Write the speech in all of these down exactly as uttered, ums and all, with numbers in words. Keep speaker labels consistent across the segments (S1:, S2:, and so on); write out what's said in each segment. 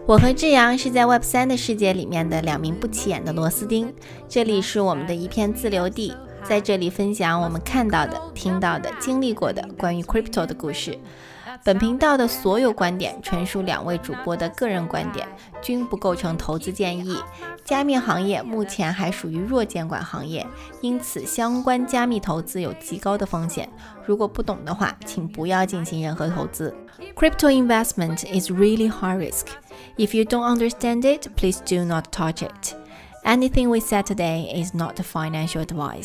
S1: 我和志阳是在 Web 三 的世界里面的两名不起眼的螺丝钉，这里是我们的一片自留地，在这里分享我们看到的、听到的、经历过的关于 Crypto 的故事。本频道的所有观点纯属两位主播的个人观点，均不构成投资建议。加密行业目前还属于弱监管行业，因此相关加密投资有极高的风险。如果不懂的话，请不要进行任何投资。Crypto investment is really high risk. If you don't understand it, please do not touch it. Anything we said today is not financial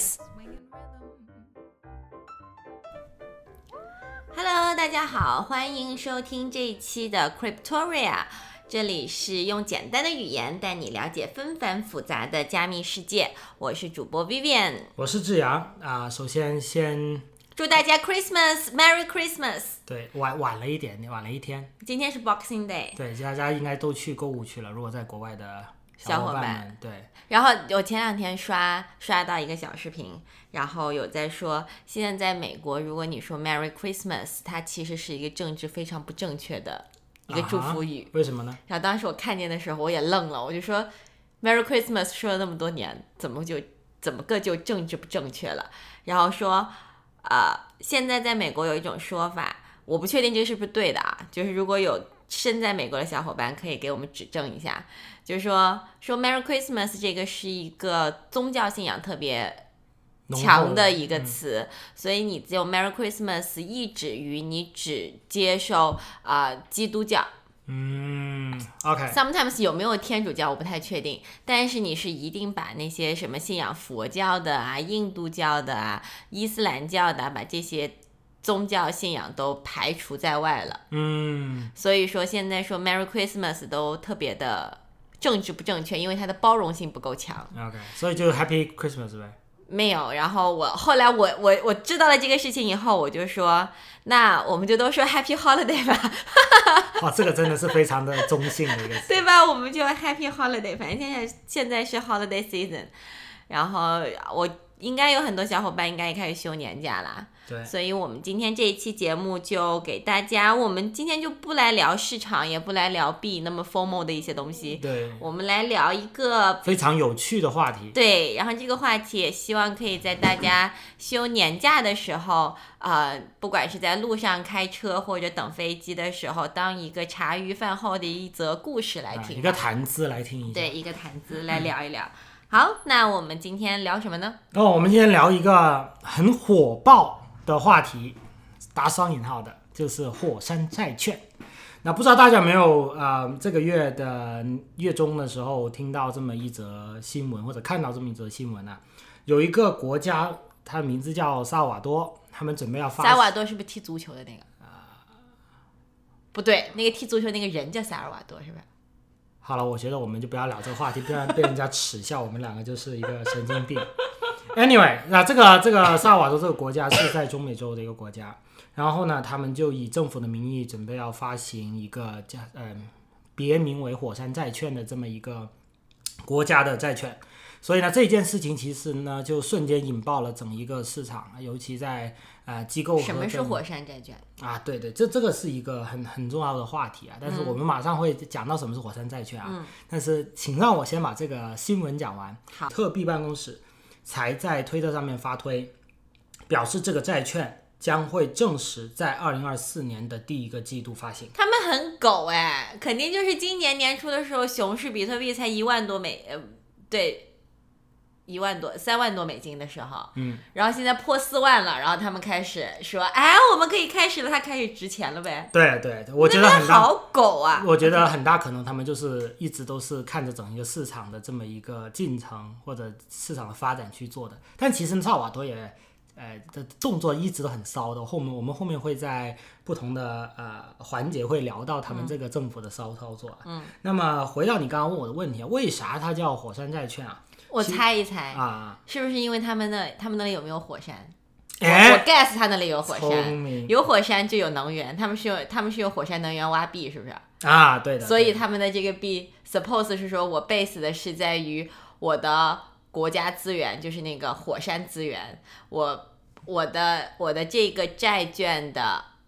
S1: advice.Hello， 大家好，欢迎收听这一期的 Cryptoria， 这里是用简单的语言带你了解纷繁复杂的加密世界。我是主播 Vivian，
S2: 我是志阳啊。首先先
S1: 祝大家 Christmas，Merry Christmas。
S2: 对，晚晚了一点，晚了一天。
S1: 今天是 Boxing Day。
S2: 对，大家应该都去购物去了。如果在国外的小伙伴们，
S1: 伙伴
S2: 对。
S1: 然后我前两天刷刷到一个小视频，然后有在说，现在在美国，如果你说 Merry Christmas， 它其实是一个政治非常不正确的一个祝福语。
S2: 啊、为什么呢？
S1: 然后当时我看见的时候，我也愣了，我就说 Merry Christmas 说了那么多年，怎么就怎么个就政治不正确了？然后说，呃，现在在美国有一种说法，我不确定这个是不是对的啊，就是如果有身在美国的小伙伴可以给我们指正一下，就是说说 Merry Christmas 这个是一个宗教信仰特别强的一个词、嗯、所以你只有 Merry Christmas 意指于你只接受、呃、基督教。
S2: 嗯 OK
S1: Sometimes 有没有天主教我不太确定，但是你是一定把那些什么信仰佛教的啊、印度教的啊、伊斯兰教的、啊、把这些宗教信仰都排除在外了。
S2: 嗯，
S1: 所以说现在说 Merry Christmas 都特别的政治不正确，因为它的包容性不够强。
S2: OK， 所以就 Happy Christmas 呗。
S1: 没有，然后我后来我我我知道了这个事情以后，我就说那我们就都说 Happy Holiday 吧。
S2: 哇，这个真的是非常的中性的一个词
S1: 对吧，我们就 Happy Holiday， 反正现在现在是 Holiday Season， 然后我应该有很多小伙伴应该也开始休年假啦。
S2: 对，
S1: 所以我们今天这一期节目就给大家，我们今天就不来聊市场，也不来聊币那么 formal 的一些东西，
S2: 对，
S1: 我们来聊一个
S2: 非常有趣的话题。
S1: 对，然后这个话题也希望可以在大家休年假的时候，呃，不管是在路上开车或者等飞机的时候，当一个茶余饭后的一则故事来听、啊、
S2: 一个谈资来听一下。
S1: 对，一个谈资来聊一聊、嗯、好，那我们今天聊什么呢？
S2: 哦，我们今天聊一个很火爆的话题，打双引号的，就是火山债券。那不知道大家有没有呃这个月的月中的时候听到这么一则新闻，或者看到这么一则新闻啊？有一个国家，它的名字叫萨尔瓦多，他们准备要发。
S1: 萨尔瓦多是不是踢足球的那个？呃、不对，那个踢足球那个人叫萨尔瓦多，是不是？
S2: 好了，我觉得我们就不要聊这个话题，不然被人家耻笑我们两个就是一个神经病。Anyway， 那这个这个萨尔瓦多这个国家是在中美洲的一个国家，然后呢，他们就以政府的名义准备要发行一个叫呃别名为火山债券的这么一个国家的债券，所以呢，这件事情其实呢就瞬间引爆了整一个市场，尤其在呃机构和
S1: 什么是火山债券
S2: 啊？对对，这这个是一个很很重要的话题啊，但是我们马上会讲到什么是火山债券啊。嗯、但是请让我先把这个新闻讲完。
S1: 好，
S2: 特币办公室才在推特上面发推，表示这个债券将会正式在二零二四年的第一个季度发行。
S1: 他们很狗哎，肯定就是今年年初的时候，熊市比特币才一万多美，呃，对，一万多三万多美金的时候，
S2: 嗯，
S1: 然后现在破四万了，然后他们开始说，哎，我们可以开始了，它开始值钱了呗。
S2: 对对，我觉得很大，
S1: 好狗啊！
S2: 我觉得很大可能他们就是一直都是看着整一个市场的这么一个进程或者市场的发展去做的。但其实萨尔瓦多也呃的动作一直都很骚的，后面我们后面会在不同的呃环节会聊到他们这个政府的骚操作。嗯，那么回到你刚刚问我的问题，为啥它叫火山债券啊？
S1: 我猜一猜
S2: 啊，
S1: 是不是因为他们那他们那里有没有火山？
S2: 哎、
S1: 我, 我 guess 他那里有火
S2: 山，
S1: 有火山就有能源，他们是有他们是用火山能源挖币，是不是？
S2: 啊，对的。
S1: 所以他们的这个币 suppose 是说我 base 的是在于我的国家资源，就是那个火山资源，我我的我的这个债券的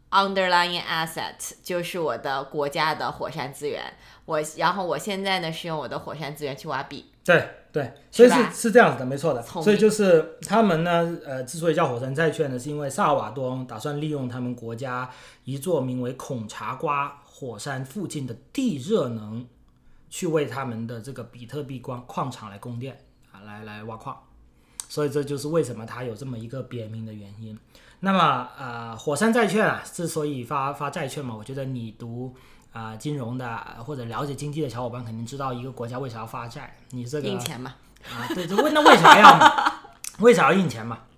S1: underlying asset 就是我的国家的火山资源，我然后我现在呢是用我的火山资源去挖币。
S2: 对对，所以是
S1: 是
S2: 是这样子的，没错的。所以就是他们呢，呃，之所以叫火山债券呢，是因为萨尔瓦多打算利用他们国家一座名为孔察瓜火山附近的地热能，去为他们的这个比特币矿矿场来供电啊，来来挖矿。所以这就是为什么它有这么一个别名的原因。那么呃，火山债券啊，之所以发发债券嘛，我觉得你读啊、呃、金融的或者了解经济的小伙伴肯定知道一个国家为啥要发债，你这个
S1: 印钱嘛。
S2: 啊，对，问那为啥要为啥要印钱嘛？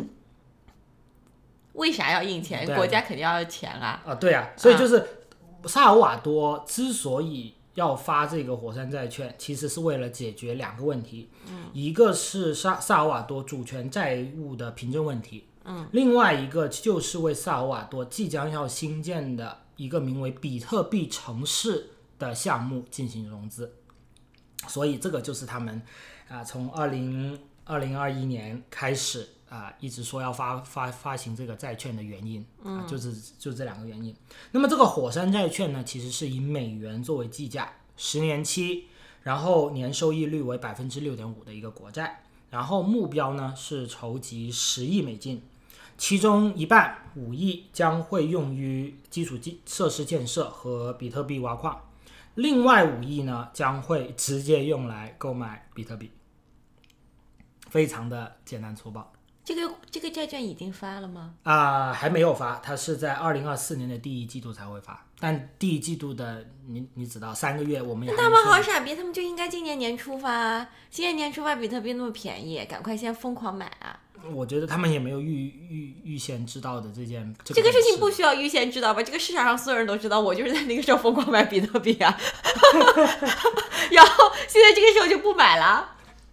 S1: 为啥要印钱？国家肯定要钱啊！
S2: 啊，对啊，所以就是萨尔瓦多之所以要发这个火山债券，其实是为了解决两个问题，嗯、一个是萨萨尔瓦多主权债务的凭证问题，嗯，另外一个就是为萨尔瓦多即将要新建的一个名为比特币城市的项目进行融资，所以这个就是他们啊、呃、从二零二零二一年开始啊、呃、一直说要发发发行这个债券的原因，嗯、呃，就是就这两个原因。那么这个火山债券呢，其实是以美元作为计价，十年期，然后年收益率为百分之六点五的一个国债，然后目标呢是筹集十亿美金。其中一半五亿将会用于基础设施建设和比特币挖矿，另外五亿呢将会直接用来购买比特币，非常的简单粗暴。
S1: 这个这个债券已经发了吗？
S2: 啊、呃，还没有发，它是在二零二四年的第一季度才会发，但第一季度的你你知道三个月我们也还
S1: 他们好傻逼，他们就应该今年年初发啊！今年年初发比特币那么便宜，赶快先疯狂买啊！
S2: 我觉得他们也没有预预预先知道的这件
S1: 这个、这个事情不需要预先知道吧？这个市场上所有人都知道，我就是在那个时候疯狂买比特币啊，然后现在这个时候就不买了。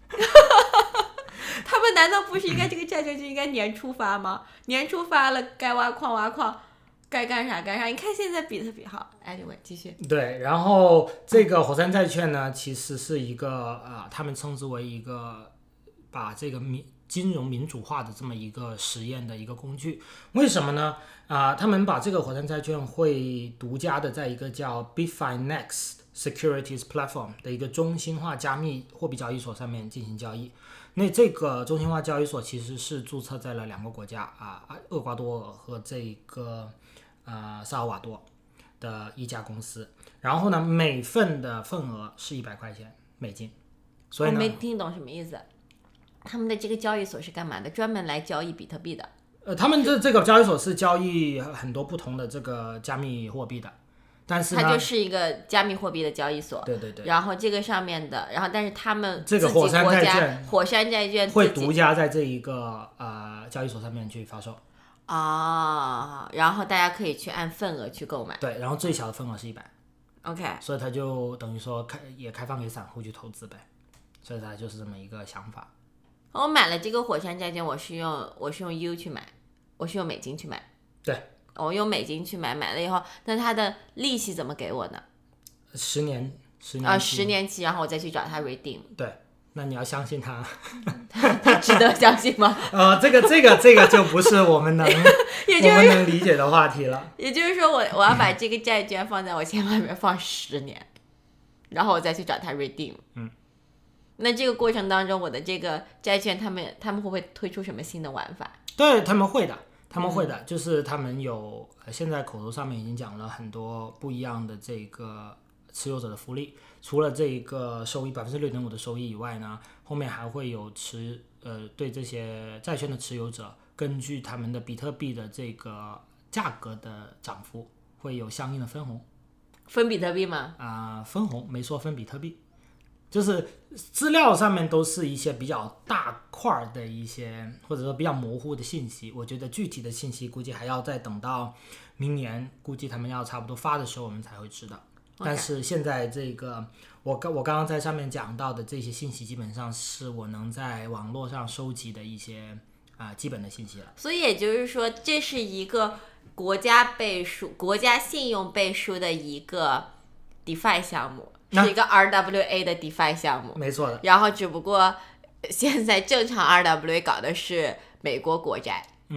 S1: 他们难道不是应该这个债券就应该年初发吗？年初发了，该挖矿挖矿，该干啥干啥。你看现在比特币好 ，anyway 继续。
S2: 对，然后这个火山债券呢，其实是一个呃，他们称之为一个把这个民金融民主化的这么一个实验的一个工具。为什么呢？啊、呃，他们把这个火山债券会独家的在一个叫 Bitfinex Securities Platform 的一个中心化加密货币交易所上面进行交易。那这个中心化交易所其实是注册在了两个国家啊，厄瓜多尔和这个呃萨尔瓦多的一家公司。然后呢，每份的份额是一百块钱美金。所以呢，
S1: 我没听懂什么意思。他们的这个交易所是干嘛的？专门来交易比特币的？
S2: 呃，他们这这个交易所是交易很多不同的这个加密货币的。但是呢，
S1: 它就是一个加密货币的交易所，
S2: 对对对。
S1: 然后这个上面的，然后但是他们
S2: 这个火山债券，
S1: 火山债券
S2: 会独家在这一个呃交易所上面去发售
S1: 啊、哦，然后大家可以去按份额去购买。
S2: 对，然后最小的份额是一百
S1: ，OK，
S2: 所以它就等于说开也开放给散户去投资呗，所以它就是这么一个想法。
S1: 我买了这个火山债券，我是用我是用 U 去买，我是用美金去买，
S2: 对。
S1: 我用美金去买，买了以后，那它的利息怎么给我呢？
S2: 十年，十年
S1: 啊，十年期，然后我再去找他 redeem。
S2: 对，那你要相信他，
S1: 他值得相信吗？
S2: 呃，这个这个这个就不是我们能
S1: 也就是、
S2: 我们能理解的话题了。
S1: 也就是说我，我我要把这个债券放在我钱包里面放十年，然后我再去找他 redeem。
S2: 嗯，
S1: 那这个过程当中，我的这个债券，他们他们会不会推出什么新的玩法？
S2: 对，他们会的。他们会的、嗯、就是他们有现在口头上面已经讲了很多不一样的这个持有者的福利，除了这个收益百分之六点五的收益以外呢，后面还会有持呃对这些债券的持有者，根据他们的比特币的这个价格的涨幅，会有相应的分红。
S1: 分比特币吗？
S2: 啊、呃，分红没说分比特币。就是资料上面都是一些比较大块的一些，或者说比较模糊的信息。我觉得具体的信息估计还要再等到明年，估计他们要差不多发的时候，我们才会知道。Okay. 但是现在这个，我刚我刚刚在上面讲到的这些信息，基本上是我能在网络上收集的一些啊、呃、基本的信息了。
S1: 所以也就是说，这是一个国家背书、国家信用背书的一个 DeFi 项目。是一个 R W A 的 DeFi 项目，
S2: 没错的。
S1: 然后只不过现在正常 R W A 搞的是美国国债，
S2: 嗯，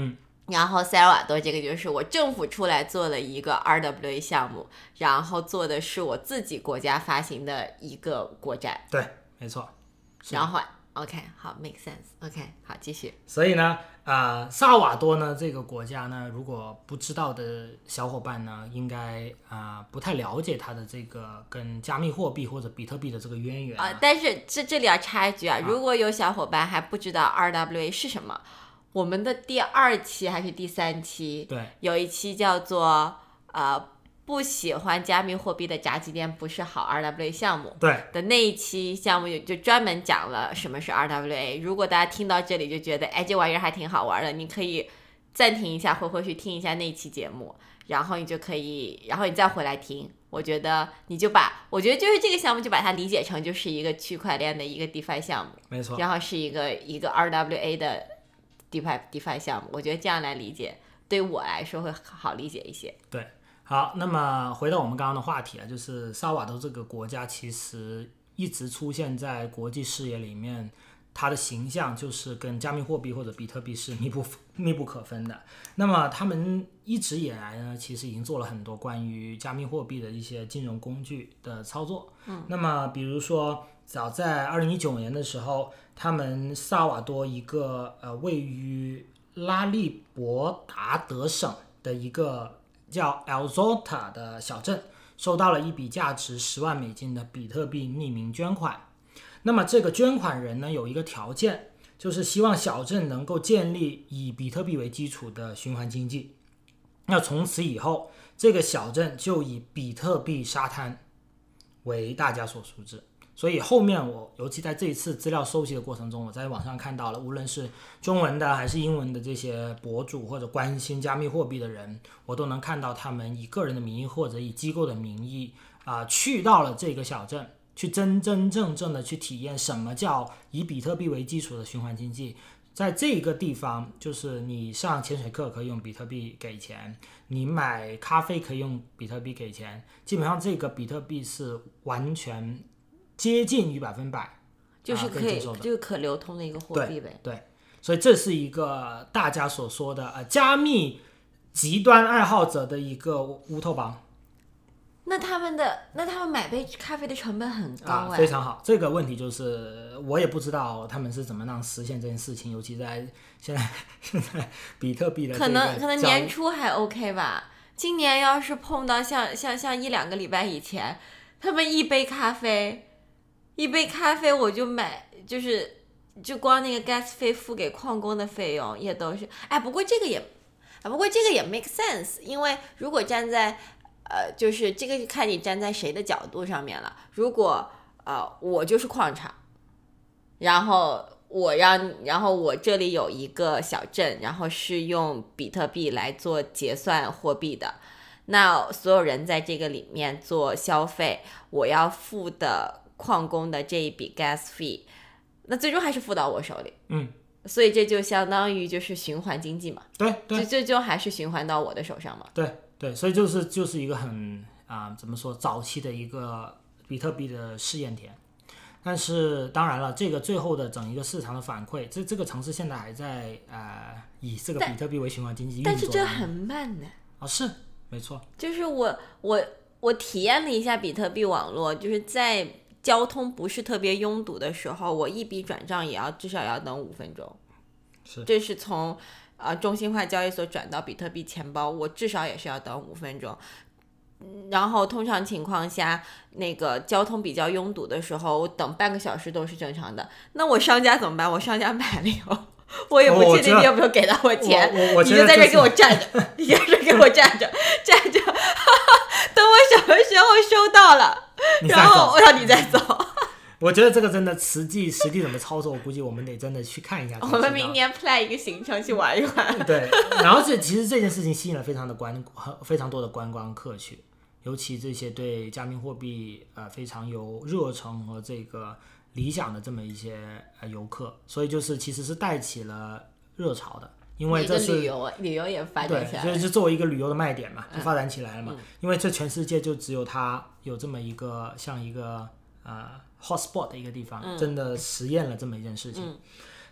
S1: 然后塞尔瓦多这个就是我政府出来做了一个 R W A 项目，然后做的是我自己国家发行的一个国债。
S2: 对，没错。
S1: 然后 OK 好 make sense OK 好继续。
S2: 所以呢呃，萨尔瓦多呢这个国家呢，如果不知道的小伙伴呢，应该啊、呃、不太了解它的这个跟加密货币或者比特币的这个渊源啊。
S1: 呃、但是这这里要插一句啊，如果有小伙伴还不知道 R W A 是什么，我们的第二期还是第三期，
S2: 对，
S1: 有一期叫做呃不喜欢加密货币的炸鸡店不是好 R W A 项目，
S2: 对
S1: 的那一期项目就专门讲了什么是 R W A。 如果大家听到这里就觉得哎这玩意儿还挺好玩的，你可以暂停一下，回回去听一下那一期节目，然后你就可以然后你再回来听。我觉得你就把我觉得就是这个项目就把它理解成就是一个区块链的一个 DeFi 项目，
S2: 没错，
S1: 然后是一个一个 R W A 的 DeFi DeFi 项目，我觉得这样来理解对我来说会好理解一些。
S2: 对，好，那么回到我们刚刚的话题啊，就是萨尔瓦多这个国家其实一直出现在国际视野里面，它的形象就是跟加密货币或者比特币是密不密不可分的。那么他们一直以来呢，其实已经做了很多关于加密货币的一些金融工具的操作。嗯，那么比如说早在二零一九年的时候，他们萨尔瓦多一个呃位于拉利伯达德省的一个叫 El Zota 的小镇收到了一笔价值十万美金的比特币匿名捐款。那么这个捐款人呢，有一个条件，就是希望小镇能够建立以比特币为基础的循环经济。那从此以后，这个小镇就以比特币沙滩为大家所熟知。所以后面我尤其在这一次资料收集的过程中，我在网上看到了无论是中文的还是英文的这些博主或者关心加密货币的人，我都能看到他们以个人的名义或者以机构的名义啊、呃，去到了这个小镇，去真真正正的去体验什么叫以比特币为基础的循环经济。在这个地方，就是你上潜水课可以用比特币给钱，你买咖啡可以用比特币给钱，基本上这个比特币是完全接近于百分百，
S1: 就是可以、
S2: 啊、
S1: 就是可流通的一个货币呗。
S2: 对，对，所以这是一个大家所说的呃加密极端爱好者的一个乌托邦。
S1: 那他们的那他们买杯咖啡的成本很高哎、
S2: 啊，非常好。这个问题就是我也不知道他们是怎么样实现这件事情，尤其在现在现在比特币的
S1: 可能可能年初还 OK 吧。今年要是碰到像像像一两个礼拜以前，他们一杯咖啡，一杯咖啡我就买，就是就光那个 gas 费付给矿工的费用也都是，哎，不过这个也，啊，不过这个也 make sense， 因为如果站在呃，就是这个看你站在谁的角度上面了。如果呃我就是矿场，然后我让，然后我这里有一个小镇，然后是用比特币来做结算货币的，那所有人在这个里面做消费，我要付的矿工的这一笔 gas fee， 那最终还是付到我手里。
S2: 嗯，
S1: 所以这就相当于就是循环经济嘛。
S2: 对对，
S1: 最终还是循环到我的手上嘛。
S2: 对对，所以就是就是一个很啊、呃、怎么说早期的一个比特币的试验田。但是当然了，这个最后的整一个市场的反馈，这这个城市现在还在呃以这个比特币为循环经济运作，
S1: 但是这很慢呢。
S2: 哦，是没错。
S1: 就是我我我体验了一下比特币网络，就是在交通不是特别拥堵的时候，我一笔转账也要至少要等五分钟。
S2: 是，
S1: 这是从呃中心化交易所转到比特币钱包，我至少也是要等五分钟。然后通常情况下，那个交通比较拥堵的时候，我等半个小时都是正常的。那我商家怎么办？我商家买了以后，我也不确定你有没有给到我钱，
S2: 我我我
S1: 你就在这给我站着，你在这给我站着，站着，哈哈，等我什么时候收到了，然后我让你再走。
S2: 我觉得这个真的实际实地怎么操作，我估计我们得真的去看一下。
S1: 我们明年 plan 一个行程去玩一玩。
S2: 对，然后这其实这件事情吸引了非常的观非常多的观光客去，尤其这些对加密货币呃非常有热忱和这个理想的这么一些呃游客，所以就是其实是带起了热潮的。因为这是
S1: 旅游，旅游也发展起来了，
S2: 对，所以就作为一个旅游的卖点嘛，就发展起来了嘛。
S1: 嗯嗯、
S2: 因为这全世界就只有它有这么一个像一个呃 hotspot 的一个地方，
S1: 嗯、
S2: 真的实验了这么一件事情。
S1: 嗯、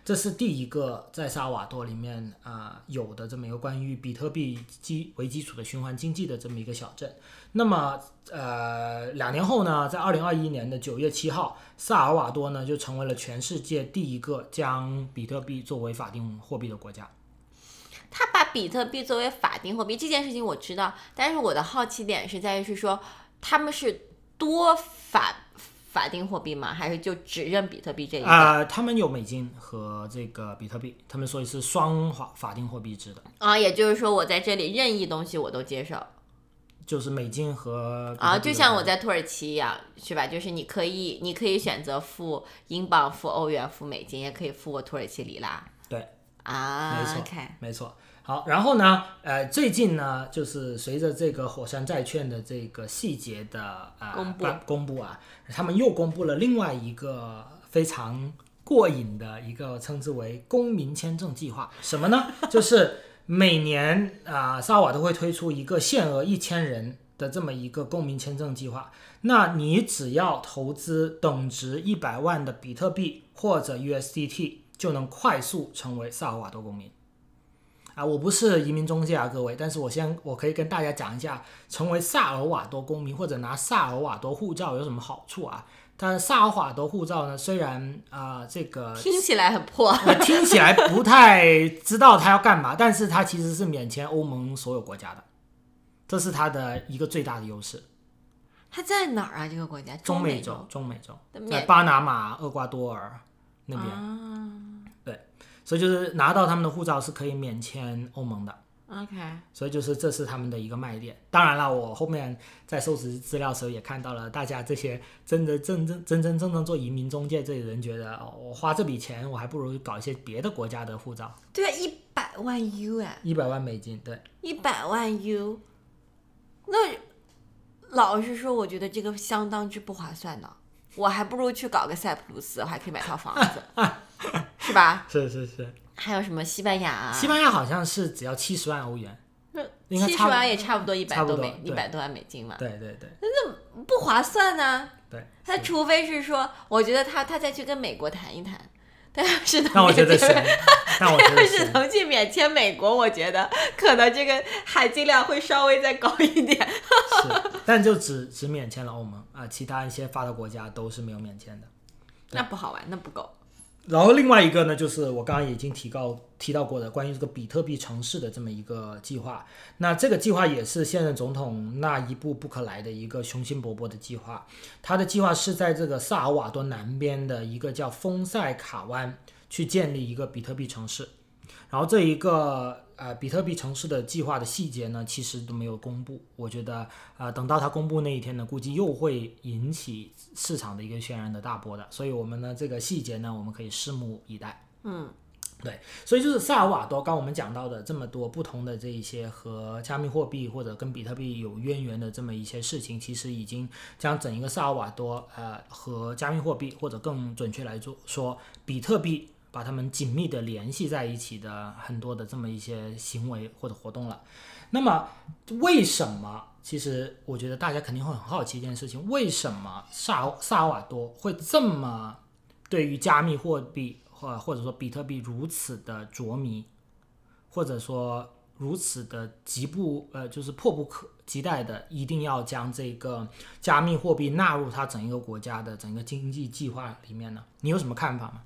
S2: 这是第一个在萨尔瓦多里面啊、呃、有的这么一个关于比特币基为基础的循环经济的这么一个小镇。那么呃两年后呢，在二零二一年的九月七号，萨尔瓦多呢就成为了全世界第一个将比特币作为法定货币的国家。
S1: 他把比特币作为法定货币这件事情我知道，但是我的好奇点是在于是说他们是多法法定货币吗？还是就只认比特币这一个？
S2: 呃，他们有美金和这个比特币，他们所以是双法法定货币制的
S1: 啊，也就是说我在这里任意东西我都接受，
S2: 就是美金和比特币
S1: 啊，就像我在土耳其一样，是吧？就是你可以你可以选择付英镑、付欧元、付美金，也可以付我土耳其里拉。
S2: 对
S1: 啊，
S2: 没错
S1: okay
S2: 没错。好，然后呢，呃，最近呢，就是随着这个火山债券的这个细节的呃
S1: 公布
S2: 公布啊，他们又公布了另外一个非常过瘾的一个称之为公民签证计划。什么呢？就是每年啊、呃，萨尔瓦多会推出一个限额一千人的这么一个公民签证计划。那你只要投资等值一百万的比特币或者 U S D T， 就能快速成为萨尔瓦多公民。啊，我不是移民中介啊，各位，但是我先我可以跟大家讲一下，成为萨尔瓦多公民或者拿萨尔瓦多护照有什么好处啊？但萨尔瓦多护照呢，虽然啊、呃、这个
S1: 听起来很破、
S2: 呃，听起来不太知道它要干嘛，但是它其实是免签欧盟所有国家的，这是它的一个最大的优势。
S1: 它在哪儿啊？这个国家？
S2: 中
S1: 美
S2: 洲，中美洲，
S1: 美
S2: 在巴拿马、厄瓜多尔那边。
S1: 啊
S2: 所以就是拿到他们的护照是可以免签欧盟的
S1: ，OK，
S2: 所以就是这是他们的一个卖点。当然了，我后面在收集资料的时候也看到了，大家这些真的真真真真正正做移民中介这些人觉得，哦，我花这笔钱，我还不如搞一些别的国家的护照。
S1: 对啊，一百万 U 哎，
S2: 一百万美金，对，
S1: 一百万 U， 那老实说，我觉得这个相当之不划算呢。我还不如去搞个塞浦路斯，我还可以买套房子。是吧？
S2: 是是是。
S1: 还有什么西班牙、啊？
S2: 西班牙好像是只要七十万欧元，
S1: 七十万也差不多一百多美一百多万美金嘛。
S2: 对对对，
S1: 那不划算呢、啊。
S2: 对，
S1: 他除非是说，我觉得他他再去跟美国谈一谈，但要是能
S2: 那我觉得行，但我觉得
S1: 要是能去免签美国，我觉得可能这个含金量会稍微再高一点。
S2: 是，但就只只免签了欧盟啊、呃，其他一些发达国家都是没有免签的。
S1: 那不好玩，那不够。
S2: 然后另外一个呢，就是我刚刚已经提到提到过的关于这个比特币城市的这么一个计划。那这个计划也是现任总统纳伊布布克莱的一个雄心勃勃的计划。他的计划是在这个萨尔瓦多南边的一个叫丰塞卡湾去建立一个比特币城市。然后这一个呃比特币城市的计划的细节呢，其实都没有公布。我觉得呃等到他公布那一天呢，估计又会引起市场的一个轩然的大波的。所以我们呢这个细节呢，我们可以拭目以待。
S1: 嗯，
S2: 对，所以就是萨尔瓦多，刚我们讲到的这么多不同的这一些和加密货币或者跟比特币有渊源的这么一些事情，其实已经将整一个萨尔瓦多呃和加密货币，或者更准确来说比特币，把它们紧密的联系在一起的很多的这么一些行为或者活动了。那么为什么？其实我觉得大家肯定会很好奇一件事情，为什么萨萨尔瓦多会这么对于加密货币或或者说比特币如此的着迷，或者说如此的急不呃就是迫不可及待的一定要将这个加密货币纳入它整一个国家的整个经济计划里面呢？你有什么看法吗？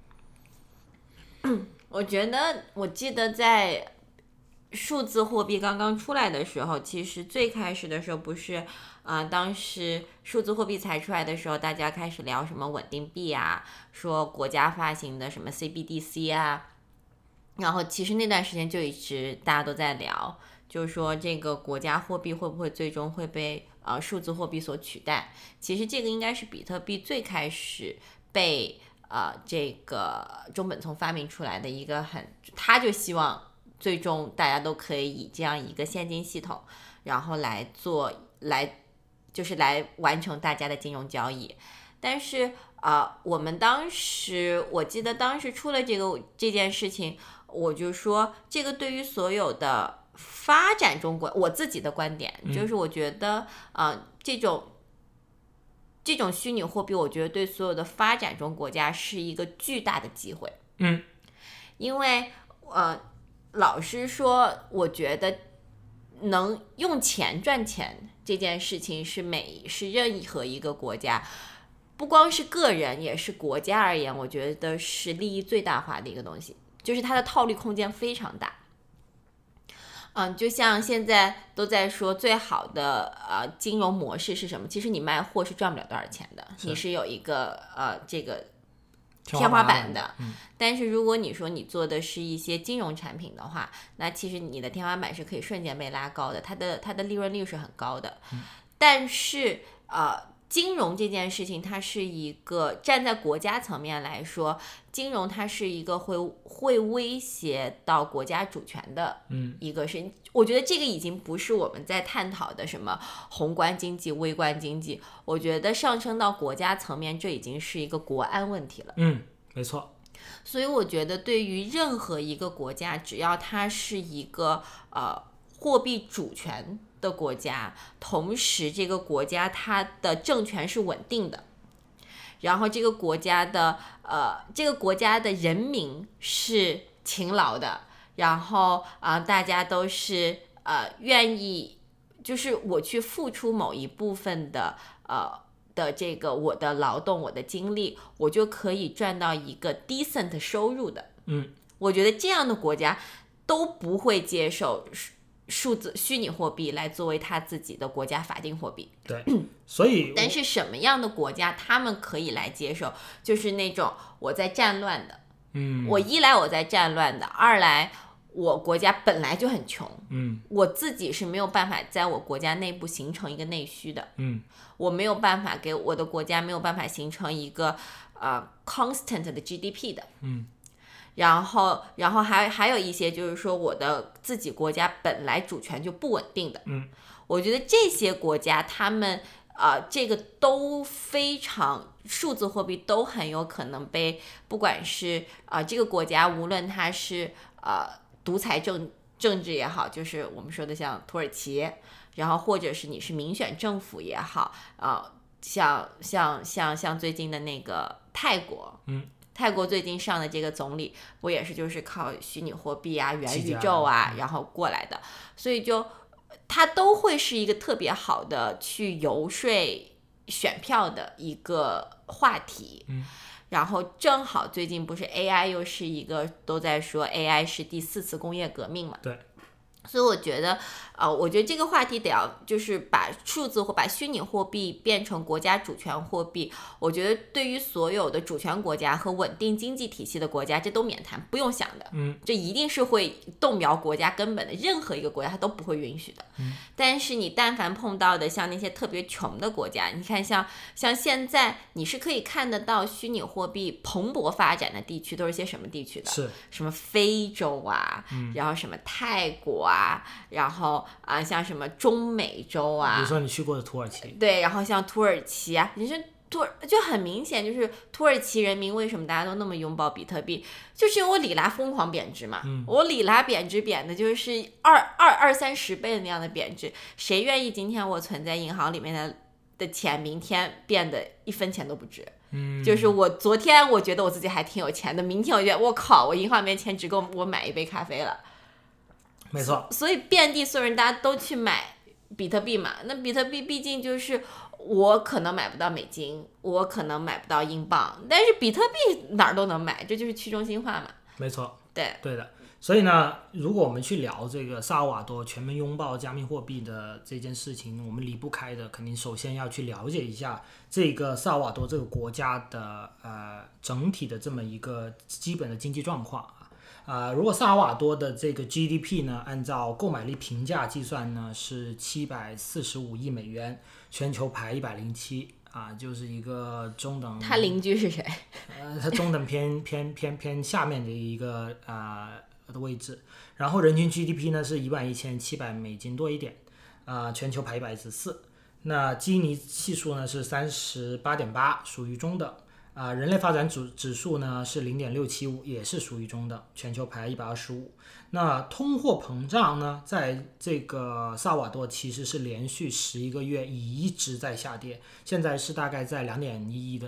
S1: 我觉得，我记得在数字货币刚刚出来的时候，其实最开始的时候不是啊、呃，当时数字货币才出来的时候，大家开始聊什么稳定币啊，说国家发行的什么 C B D C 啊，然后其实那段时间就一直大家都在聊，就是说这个国家货币会不会最终会被呃数字货币所取代？其实这个应该是比特币最开始被呃，这个中本聪发明出来的一个很，他就希望最终大家都可以以这样一个现金系统，然后来做，来就是来完成大家的金融交易。但是啊、呃，我们当时我记得当时出了这个这件事情，我就说这个对于所有的发展中国，我自己的观点、嗯、就是我觉得啊、呃，这种。这种虚拟货币，我觉得对所有的发展中国家是一个巨大的机会。
S2: 嗯，
S1: 因为呃，老实说，我觉得能用钱赚钱这件事情是每是任何一个国家，不光是个人也是国家而言，我觉得是利益最大化的一个东西，就是它的套利空间非常大。嗯，就像现在都在说最好的呃金融模式是什么？其实你卖货是赚不了多少钱的，
S2: 是
S1: 你是有一个呃这个天
S2: 花
S1: 花板的。
S2: 嗯、
S1: 但是如果你说你做的是一些金融产品的话，那其实你的天花板是可以瞬间被拉高的，它的它的利润率是很高的。
S2: 嗯、
S1: 但是呃。金融这件事情，它是一个站在国家层面来说，金融它是一个会会威胁到国家主权的一个事情。嗯、我觉得这个已经不是我们在探讨的什么宏观经济、微观经济，我觉得上升到国家层面，这已经是一个国安问题了。
S2: 嗯，没错。
S1: 所以我觉得，对于任何一个国家，只要它是一个呃货币主权的国家，同时这个国家它的政权是稳定的，然后这个国家的呃这个国家的人民是勤劳的，然后啊、呃、大家都是呃愿意，就是我去付出某一部分的呃的这个我的劳动我的精力，我就可以赚到一个 decent 收入的。
S2: 嗯，
S1: 我觉得这样的国家都不会接受数字虚拟货币来作为他自己的国家法定货币。
S2: 对，所以
S1: 但是什么样的国家他们可以来接受？就是那种我在战乱的，
S2: 嗯，
S1: 我一来我在战乱的，二来我国家本来就很穷，
S2: 嗯，
S1: 我自己是没有办法在我国家内部形成一个内需的，
S2: 嗯，
S1: 我没有办法给我的国家没有办法形成一个呃 constant 的 G D P 的，
S2: 嗯。
S1: 然后，然后还还有一些就是说，我的自己国家本来主权就不稳定的，
S2: 嗯，
S1: 我觉得这些国家他们呃这个都非常数字货币都很有可能被，不管是啊、呃、这个国家无论它是呃独裁政政治也好，就是我们说的像土耳其，然后或者是你是民选政府也好，啊、呃、像像像像最近的那个泰国，
S2: 嗯。
S1: 泰国最近上的这个总理不也是就是靠虚拟货币啊、元宇宙啊，然后过来的，所以就它都会是一个特别好的去游说选票的一个话题。
S2: 嗯，
S1: 然后正好最近不是 A I 又是一个都在说 A I 是第四次工业革命嘛？
S2: 对。
S1: 所以我觉得，呃，我觉得这个话题得要就是把数字或把虚拟货币变成国家主权货币。我觉得对于所有的主权国家和稳定经济体系的国家，这都免谈，不用想的。
S2: 嗯，
S1: 这一定是会动摇国家根本的，任何一个国家它都不会允许的。
S2: 嗯，
S1: 但是你但凡碰到的像那些特别穷的国家，你看像像现在你是可以看得到虚拟货币蓬勃发展的地区都是些什么地区的？
S2: 是
S1: 什么非洲啊，
S2: 嗯、
S1: 然后什么泰国啊。啊，然后啊，像什么中美洲啊，
S2: 比如说你去过的土耳其，
S1: 对，然后像土耳其啊，你说土耳就很明显，就是土耳其人民为什么大家都那么拥抱比特币，就是因为我里拉疯狂贬值嘛，
S2: 嗯、
S1: 我里拉贬值贬的就是二二二三十倍的那样的贬值，谁愿意今天我存在银行里面的的钱，明天变得一分钱都不值？
S2: 嗯，
S1: 就是我昨天我觉得我自己还挺有钱的，明天我觉得我靠，我银行里面钱只够我买一杯咖啡了。
S2: 没错，
S1: 所以遍地所有人大家都去买比特币嘛，那比特币毕竟就是我可能买不到美金，我可能买不到英镑，但是比特币哪儿都能买，这就是去中心化嘛。
S2: 没错，
S1: 对
S2: 对的。所以呢，如果我们去聊这个萨尔瓦多全面拥抱加密货币的这件事情，我们离不开的肯定首先要去了解一下这个萨尔瓦多这个国家的呃整体的这么一个基本的经济状况。啊、呃，如果萨尔瓦多的这个 G D P 呢，按照购买力平价计算呢，是七百四十五亿美元，全球排一百零七啊，就是一个中等。
S1: 他邻居是谁？
S2: 呃，他中等偏偏偏偏下面的一个啊、呃、的位置。然后人均 G D P 呢是一万一千七百美金多一点，啊、呃，全球排一百一十四。那基尼系数呢是三十八点八，属于中等。啊、呃，人类发展指指数呢是零点六七五，也是属于中等，全球排一百二十五。那通货膨胀呢，在这个萨尔瓦多其实是连续十一个月一直在下跌，现在是大概在两点一的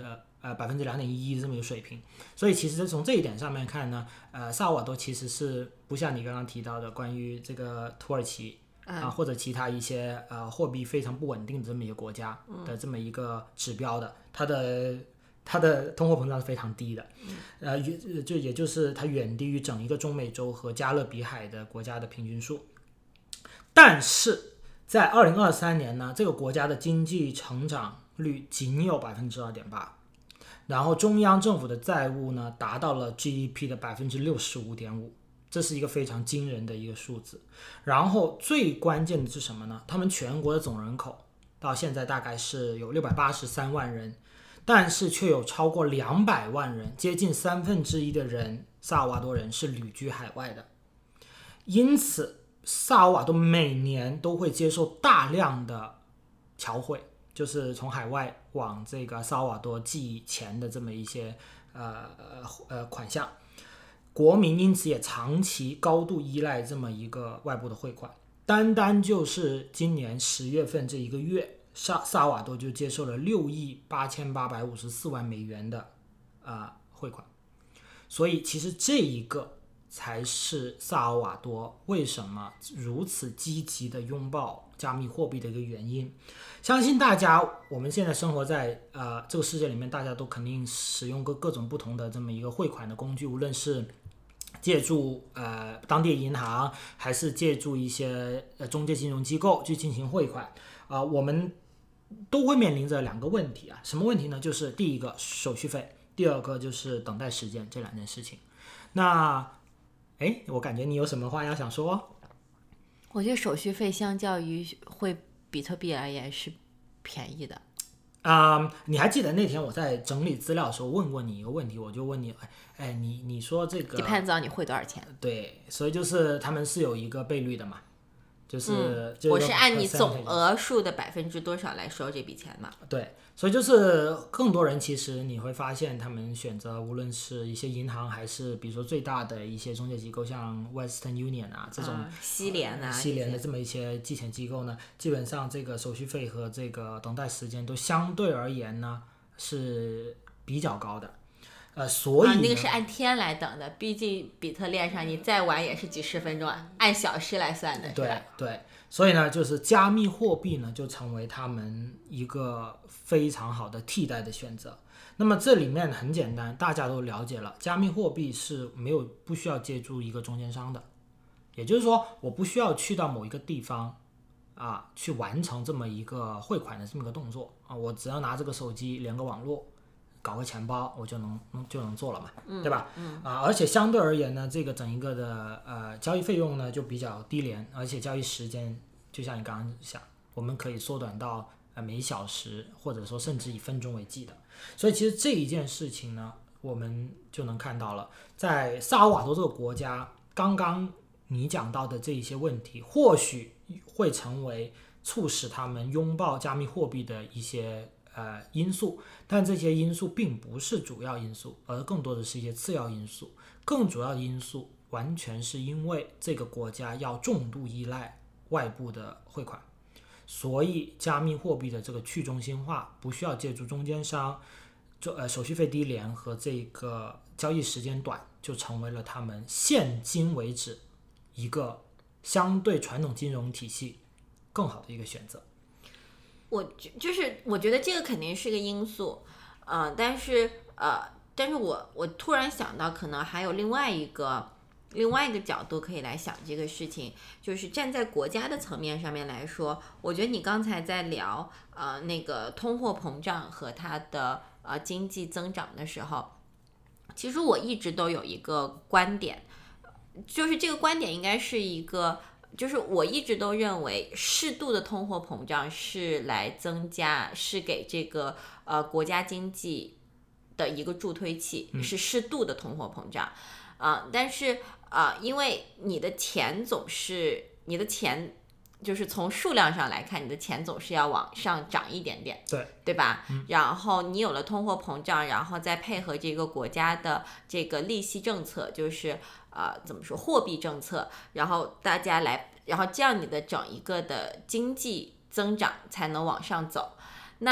S2: 呃百分之两点一一这么一个水平。所以其实从这一点上面看呢，呃，萨尔瓦多其实是不像你刚刚提到的关于这个土耳其啊、呃、或者其他一些呃货币非常不稳定的这么一个国家的这么一个指标的，它的它的通货膨胀是非常低的，呃，就也就是它远低于整一个中美洲和加勒比海的国家的平均数。但是在二零二三年呢，这个国家的经济成长率仅有百分之二点八。然后中央政府的债务呢达到了 G D P 的百分之六十五点五，这是一个非常惊人的一个数字。然后最关键的是什么呢？他们全国的总人口到现在大概是有六百八十三万人，但是却有超过两百万人，接近三分之一的人，萨尔瓦多人是旅居海外的。因此，萨尔瓦多每年都会接受大量的侨汇。就是从海外往这个萨尔瓦多寄钱的这么一些呃呃款项，国民因此也长期高度依赖这么一个外部的汇款。单单就是今年十月份这一个月，萨萨尔瓦多就接受了六亿八千八百五十四万美元的呃汇款。所以其实这一个才是萨尔瓦多为什么如此积极的拥抱加密货币的一个原因。相信大家我们现在生活在呃这个世界里面，大家都肯定使用过各种不同的这么一个汇款的工具，无论是借助呃当地银行，还是借助一些呃中介金融机构去进行汇款啊、呃，我们都会面临着两个问题啊。什么问题呢？就是第一个手续费，第二个就是等待时间，这两件事情。那哎，我感觉你有什么话要想说？
S1: 我觉得手续费相较于汇比特币而言是便宜的。
S2: 啊、嗯，你还记得那天我在整理资料的时候问过你一个问题，我就问你，哎，你你说这个
S1: depends on 你汇多少钱？
S2: 对，所以就是他们是有一个倍率的嘛，就是、
S1: 嗯、
S2: 就是、
S1: 我是按你总额数的百分之多少来收这笔钱嘛。
S2: 对，所以就是更多人其实你会发现，他们选择无论是一些银行，还是比如说最大的一些中介机构，像 Western Union 啊这种、
S1: 啊、西联啊、
S2: 西联的这么一些寄钱机构呢，基本上这个手续费和这个等待时间都相对而言呢是比较高的。呃，所以、
S1: 啊、那个是按天来等的，毕竟比特链上你再晚也是几十分钟，按小时来算的。
S2: 对对，所以呢，就是加密货币呢就成为他们一个非常好的替代的选择。那么这里面很简单，大家都了解了，加密货币是没有不需要借助一个中间商的，也就是说，我不需要去到某一个地方啊去完成这么一个汇款的这么一个动作啊，我只要拿这个手机连个网络。搞个钱包我就能就能做了嘛，
S1: 嗯、
S2: 对吧？
S1: 嗯
S2: 啊，而且相对而言呢，这个整一个的呃交易费用呢就比较低廉，而且交易时间就像你刚刚想，我们可以缩短到呃每小时或者说甚至以分钟为计的。所以其实这一件事情呢，我们就能看到了，在萨尔瓦多这个国家，刚刚你讲到的这一些问题，或许会成为促使他们拥抱加密货币的一些。呃，因素，但这些因素并不是主要因素，而更多的是一些次要因素。更主要的因素完全是因为这个国家要重度依赖外部的汇款，所以加密货币的这个去中心化不需要借助中间商，呃，手续费低廉和这个交易时间短，就成为了他们现今为止一个相对传统金融体系更好的一个选择。
S1: 我就是我觉得这个肯定是个因素，呃，但是呃，但是我我突然想到，可能还有另外一个另外一个角度可以来想这个事情，就是站在国家的层面上面来说，我觉得你刚才在聊呃那个通货膨胀和它的呃经济增长的时候，其实我一直都有一个观点，就是这个观点应该是一个。就是我一直都认为，适度的通货膨胀是来增加，是给这个呃国家经济的一个助推器，
S2: 嗯、
S1: 是适度的通货膨胀，啊、呃，但是啊、呃，因为你的钱总是你的钱，就是从数量上来看，你的钱总是要往上涨一点点，
S2: 对
S1: 对吧？
S2: 嗯、
S1: 然后你有了通货膨胀，然后再配合这个国家的这个利息政策，就是。呃，怎么说货币政策，然后大家来，然后这样你的整一个的经济增长才能往上走。那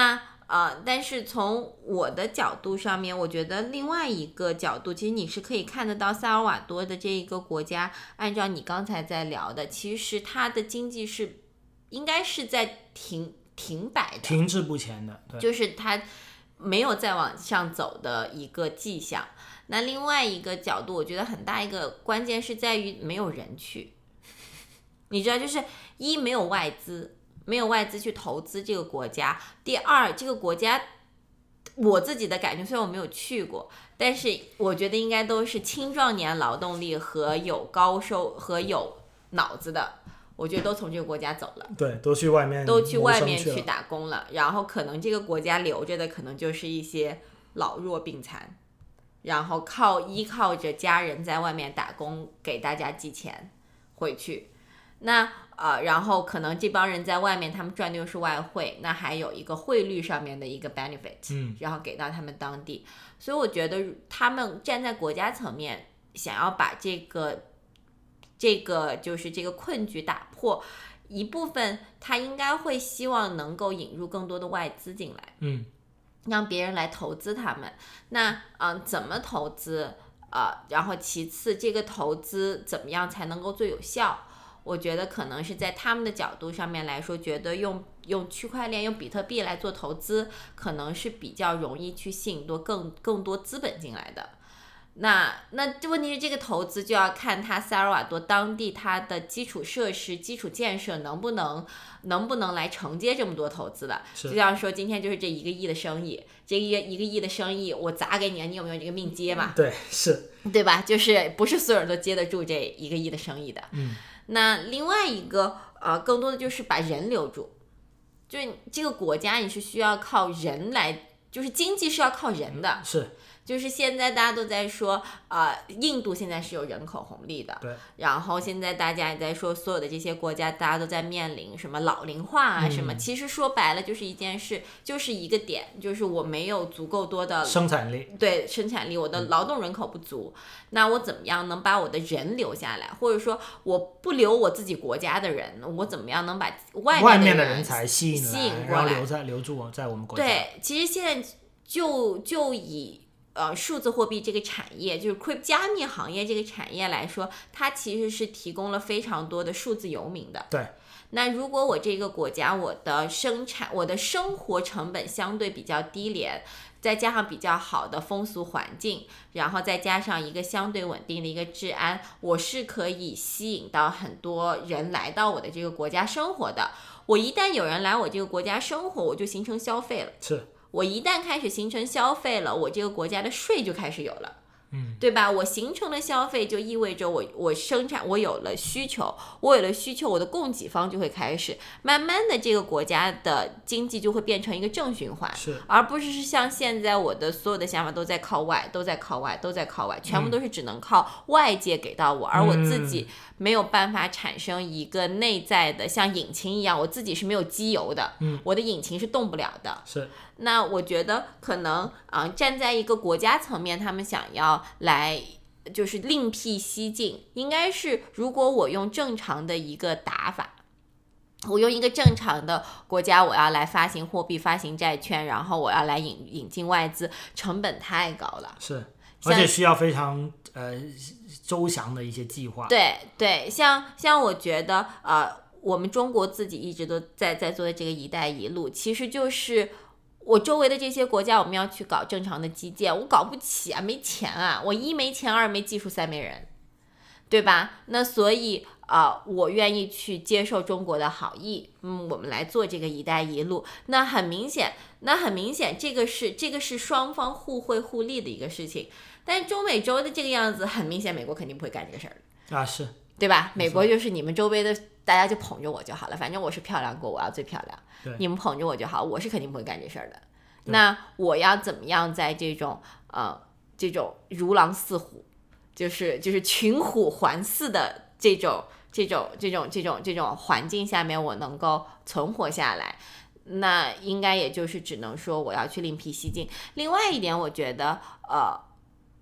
S1: 呃，但是从我的角度上面，我觉得另外一个角度，其实你是可以看得到萨尔瓦多的这一个国家，按照你刚才在聊的，其实它的经济是应该是在停停摆的，
S2: 停滞不前的，对，
S1: 就是它没有再往上走的一个迹象。那另外一个角度，我觉得很大一个关键是在于没有人去，你知道，就是一没有外资。没有外资去投资这个国家。第二，这个国家我自己的感觉，虽然我没有去过，但是我觉得应该都是青壮年劳动力和有高收和有脑子的，我觉得都从这个国家走了。
S2: 对，都去外面
S1: 都去外面
S2: 去
S1: 去打工了。然后可能这个国家留着的可能就是一些老弱病残，然后靠依靠着家人在外面打工给大家寄钱回去。那呃，然后可能这帮人在外面，他们赚的又是外汇，那还有一个汇率上面的一个 benefit，
S2: 嗯，
S1: 然后给到他们当地。所以我觉得他们站在国家层面，想要把这个这个就是这个困局打破，一部分他应该会希望能够引入更多的外资进来，
S2: 嗯，
S1: 让别人来投资他们。那嗯、呃，怎么投资？呃，然后其次，这个投资怎么样才能够最有效？我觉得可能是在他们的角度上面来说，觉得用用区块链、用比特币来做投资，可能是比较容易去吸引多更更多资本进来的。那那问题是，这个投资就要看它萨尔瓦多当地它的基础设施、基础建设能不能能不能来承接这么多投资了。就像说，今天就是这一个亿的生意，这一个一个亿的生意，我砸给你，你有没有这个命接嘛？
S2: 对，是，
S1: 对吧？就是不是所有人都接得住这一个亿的生意的。
S2: 嗯。
S1: 那另外一个呃，更多的就是把人留住，就是这个国家你是需要靠人来，就是经济是要靠人的，
S2: 是，
S1: 就是现在大家都在说，呃，印度现在是有人口红利的，
S2: 对，
S1: 然后现在大家也在说，所有的这些国家大家都在面临什么老龄化啊什么，
S2: 嗯、
S1: 其实说白了就是一件事，就是一个点，就是我没有足够多的
S2: 生产力，
S1: 对生产力，我的劳动人口不足，嗯、那我怎么样能把我的人留下来，或者说我不留我自己国家的人，我怎么样能把外面的人
S2: 外面的人才吸引
S1: 吸引
S2: 过来，然后留在留住在我们国家。
S1: 对，其实现在就就以。呃，数字货币这个产业，就是 crypto 加密行业这个产业来说，它其实是提供了非常多的数字游民的。
S2: 对。
S1: 那如果我这个国家我的生产、我的生活成本相对比较低廉，再加上比较好的风俗环境，然后再加上一个相对稳定的一个治安，我是可以吸引到很多人来到我的这个国家生活的。我一旦有人来我这个国家生活，我就形成消费了。
S2: 是。
S1: 我一旦开始形成消费了，我这个国家的税就开始有了，
S2: 嗯，
S1: 对吧？我形成了消费，就意味着我我生产，我有了需求，我有了需求，我的供给方就会开始，慢慢的这个国家的经济就会变成一个正循环，
S2: 是，
S1: 而不是是像现在我的所有的想法都在靠外，都在靠外，都在靠外，全部都是只能靠外界给到我，嗯、而我自己没有办法产生一个内在的像引擎一样，我自己是没有机油的，
S2: 嗯，
S1: 我的引擎是动不了的，
S2: 是。
S1: 那我觉得可能啊、呃，站在一个国家层面，他们想要来就是另辟蹊径，应该是如果我用正常的一个打法，我用一个正常的国家，我要来发行货币、发行债券，然后我要来引引进外资，成本太高了，
S2: 是，而且需要非常呃周详的一些计划。
S1: 对对，像像我觉得呃，我们中国自己一直都在在做的这个“一带一路”，其实就是我周围的这些国家，我们要去搞正常的基建，我搞不起啊，没钱啊，我一没钱，二没技术，三没人，对吧？那所以啊、呃，我愿意去接受中国的好意，嗯，我们来做这个“一带一路”。那很明显，那很明显，这个是这个是双方互惠互利的一个事情。但是中美洲的这个样子，很明显，美国肯定不会干这个事儿
S2: 啊，是
S1: 对吧？美国就是你们周围的大家就捧着我就好了，反正我是漂亮国，我要最漂亮。你们捧着我就好，我是肯定不会干这事儿的。那我要怎么样在这种呃这种如狼似虎，就是就是群虎环伺的这种这种这种这种这种环境下面，我能够存活下来？那应该也就是只能说我要去另辟蹊径。另外一点，我觉得呃，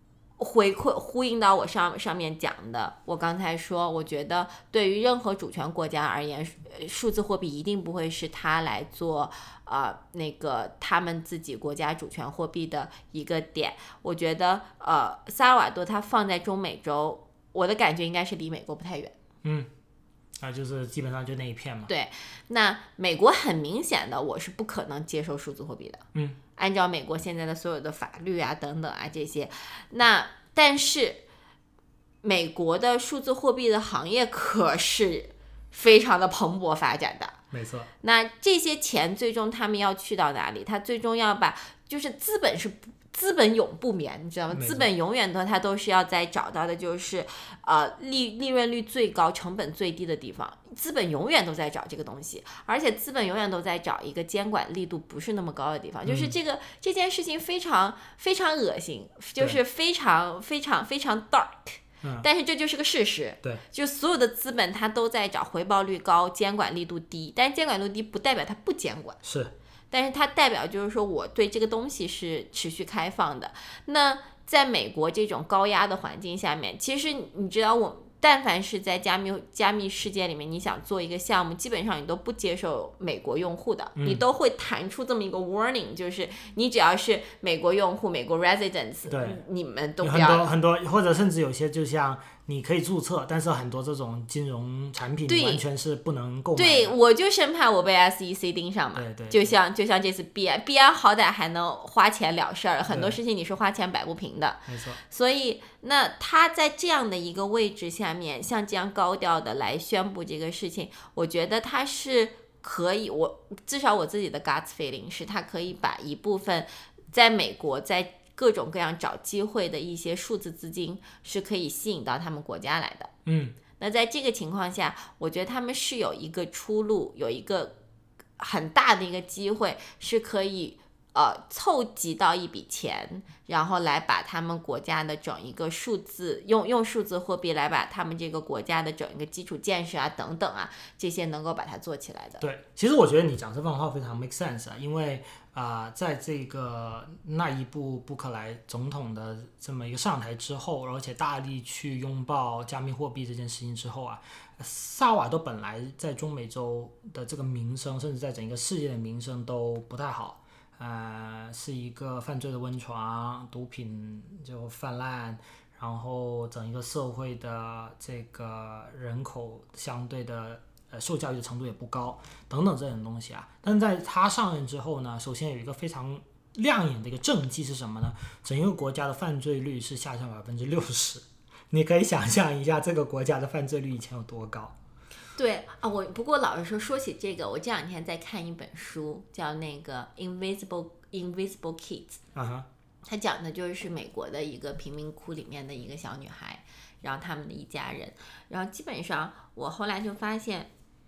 S1: 回馈呼应到我上上面讲的，我刚才说，我觉得对于任何主权国家而言，数字货币一定不会是它来做呃那个他们自己国家主权货币的一个点。我觉得呃萨尔瓦多它放在中美洲，我的感觉应该是离美国不太远。
S2: 嗯，啊，就是基本上就那一片嘛。
S1: 对，那美国很明显的，我是不可能接受数字货币的。
S2: 嗯，
S1: 按照美国现在的所有的法律啊等等啊这些，那但是美国的数字货币的行业可是非常的蓬勃发展的。
S2: 没错。
S1: 那这些钱最终他们要去到哪里？他最终要把，就是资本是资本永不眠，你知道吗？资本永远都他都是要在找到的就是呃利利润率最高、成本最低的地方。资本永远都在找这个东西，而且资本永远都在找一个监管力度不是那么高的地方。就是这个、嗯、这件事情非常非常恶心，就是非常非常非常 dark。
S2: 嗯、
S1: 但是这就是个事实，
S2: 对，
S1: 就所有的资本它都在找回报率高、监管力度低，但是监管力度低不代表它不监管，
S2: 是，
S1: 但是它代表就是说我对这个东西是持续开放的。那在美国这种高压的环境下面，其实你知道我。但凡是在加密加密世界里面，你想做一个项目，基本上你都不接受美国用户的，
S2: 嗯、
S1: 你都会弹出这么一个 warning， 就是你只要是美国用户、美国 residents，
S2: 对，
S1: 你们都不要。
S2: 很多很多，或者甚至有些就像你可以注册，但是很多这种金融产品完全是不能购买的。
S1: 对，我就生怕我被 S E C 盯上嘛。
S2: 对对对，
S1: 就像就像这次 B I B I 好歹还能花钱了事儿，很多事情你是花钱摆不平的。
S2: 没错。
S1: 所以那他在这样的一个位置下面，像这样高调的来宣布这个事情，我觉得他是可以，我至少我自己的 gut feeling 是他可以把一部分在美国在各种各样找机会的一些数字资金是可以吸引到他们国家来的。
S2: 嗯，
S1: 那在这个情况下，我觉得他们是有一个出路，有一个很大的一个机会是可以呃凑集到一笔钱，然后来把他们国家的整一个数字用用数字货币来把他们这个国家的整一个基础建设啊等等啊这些能够把它做起来的。
S2: 对，其实我觉得你讲这番话非常 make sense 啊，因为啊、呃，在这个那一部布克莱总统的这么一个上台之后，而且大力去拥抱加密货币这件事情之后啊，萨尔瓦多本来在中美洲的这个名声，甚至在整个世界的名声都不太好。呃，是一个犯罪的温床，毒品就泛滥，然后整一个社会的这个人口相对的呃受教育的程度也不高，等等这种东西啊。但是在他上任之后呢，首先有一个非常亮眼的一个政绩是什么呢？整一个国家的犯罪率是下降百分之六十，你可以想象一下这个国家的犯罪率以前有多高。
S1: 对啊，我不过老实说，说起这个，我这两天在看一本书，叫那个 Invisible Invisible Kids，
S2: 啊哈，
S1: 它讲的就是美国的一个贫民窟里面的一个小女孩，然后他们的一家人，然后基本上我后来就发现，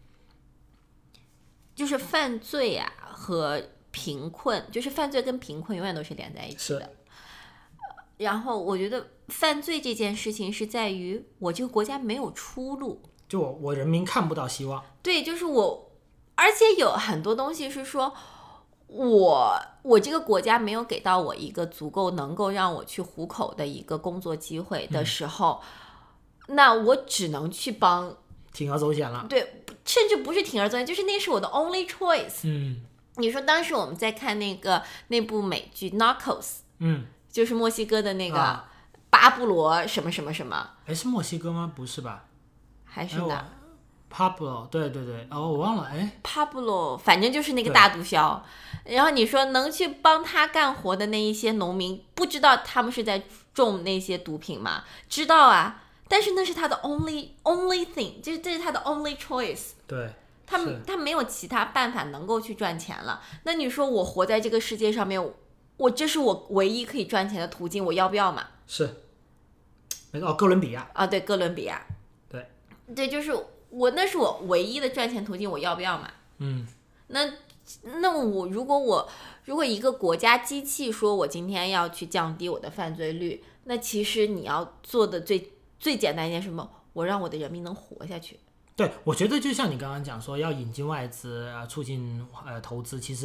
S1: 就是犯罪啊和贫困，就是犯罪跟贫困永远都是连在一起的。然后我觉得犯罪这件事情是在于我这个国家没有出路。
S2: 就我我人民看不到希望，
S1: 对，就是我，而且有很多东西是说，我我这个国家没有给到我一个足够能够让我去糊口的一个工作机会的时候，嗯、那我只能去帮
S2: 铤而走险了。
S1: 对，甚至不是铤而走险，就是那是我的 only choice。
S2: 嗯，
S1: 你说当时我们在看那个那部美剧 Narcos，
S2: 嗯，
S1: 就是墨西哥的那个
S2: 啊
S1: 巴布罗什么什么什么，
S2: 哎，是墨西哥吗？不是吧？
S1: 还是哪？
S2: Pablo， 对对对，哦，我忘了，哎
S1: ，Pablo， 反正就是那个大毒枭。然后你说能去帮他干活的那一些农民，不知道他们是在种那些毒品吗？知道啊，但是那是他的 only only thing， 就是这是他的 only choice。
S2: 对，
S1: 他他没有其他办法能够去赚钱了。那你说我活在这个世界上面，我这是我唯一可以赚钱的途径，我要不要嘛？
S2: 是，没错，哦，哥伦比亚
S1: 啊，对，哥伦比亚，
S2: 对，
S1: 对，就是我，那是我唯一的赚钱途径，我要不要嘛？
S2: 嗯，
S1: 那那我如果我如果一个国家机器说我今天要去降低我的犯罪率，那其实你要做的最最简单一件什么？我让我的人民能活下去。
S2: 对，我觉得就像你刚刚讲说要引进外资啊，促进呃投资，其实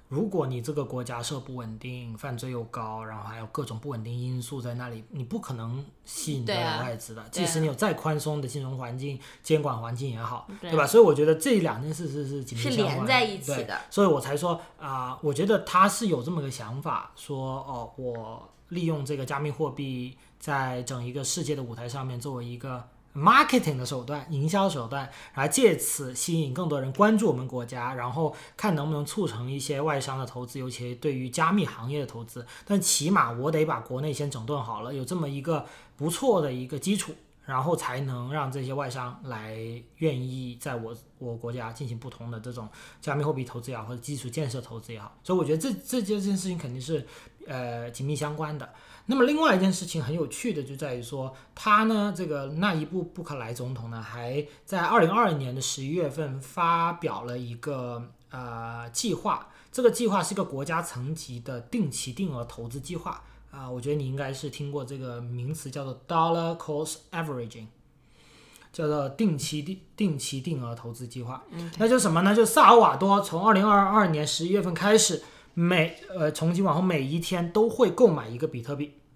S2: 如果你这个国家社不稳定，犯罪又高，然后还有各种不稳定因素在那里，你不可能吸引得了外资的、啊、即使你有再宽松的金融环境、监管环境也好， 对, 对吧？所以我觉得这两件事是是紧密相关的，
S1: 是连在一起的。
S2: 所以我才说啊、呃，我觉得他是有这么个想法，说哦，我利用这个加密货币在整一个世界的舞台上面作为一个marketing 的手段，营销手段，然后借此吸引更多人关注我们国家，然后看能不能促成一些外商的投资，尤其对于加密行业的投资。但起码我得把国内先整顿好了，有这么一个不错的一个基础，然后才能让这些外商来愿意在我我国家进行不同的这种加密货币投资也好，或者基础建设投资也好。所以我觉得这这件事情肯定是呃紧密相关的。那么另外一件事情很有趣的就在于说，他呢这个纳伊布布克莱总统呢，还在二零二二年的十一月份发表了一个呃计划，这个计划是一个国家层级的定期定额投资计划啊、呃，我觉得你应该是听过这个名词，叫做 dollar cost averaging， 叫做定期定定期定额投资计划。嗯，那就是什么呢？就是萨尔瓦多从二零二二年十一月份开始。每呃，从今往后每一天都会购买一个比特币。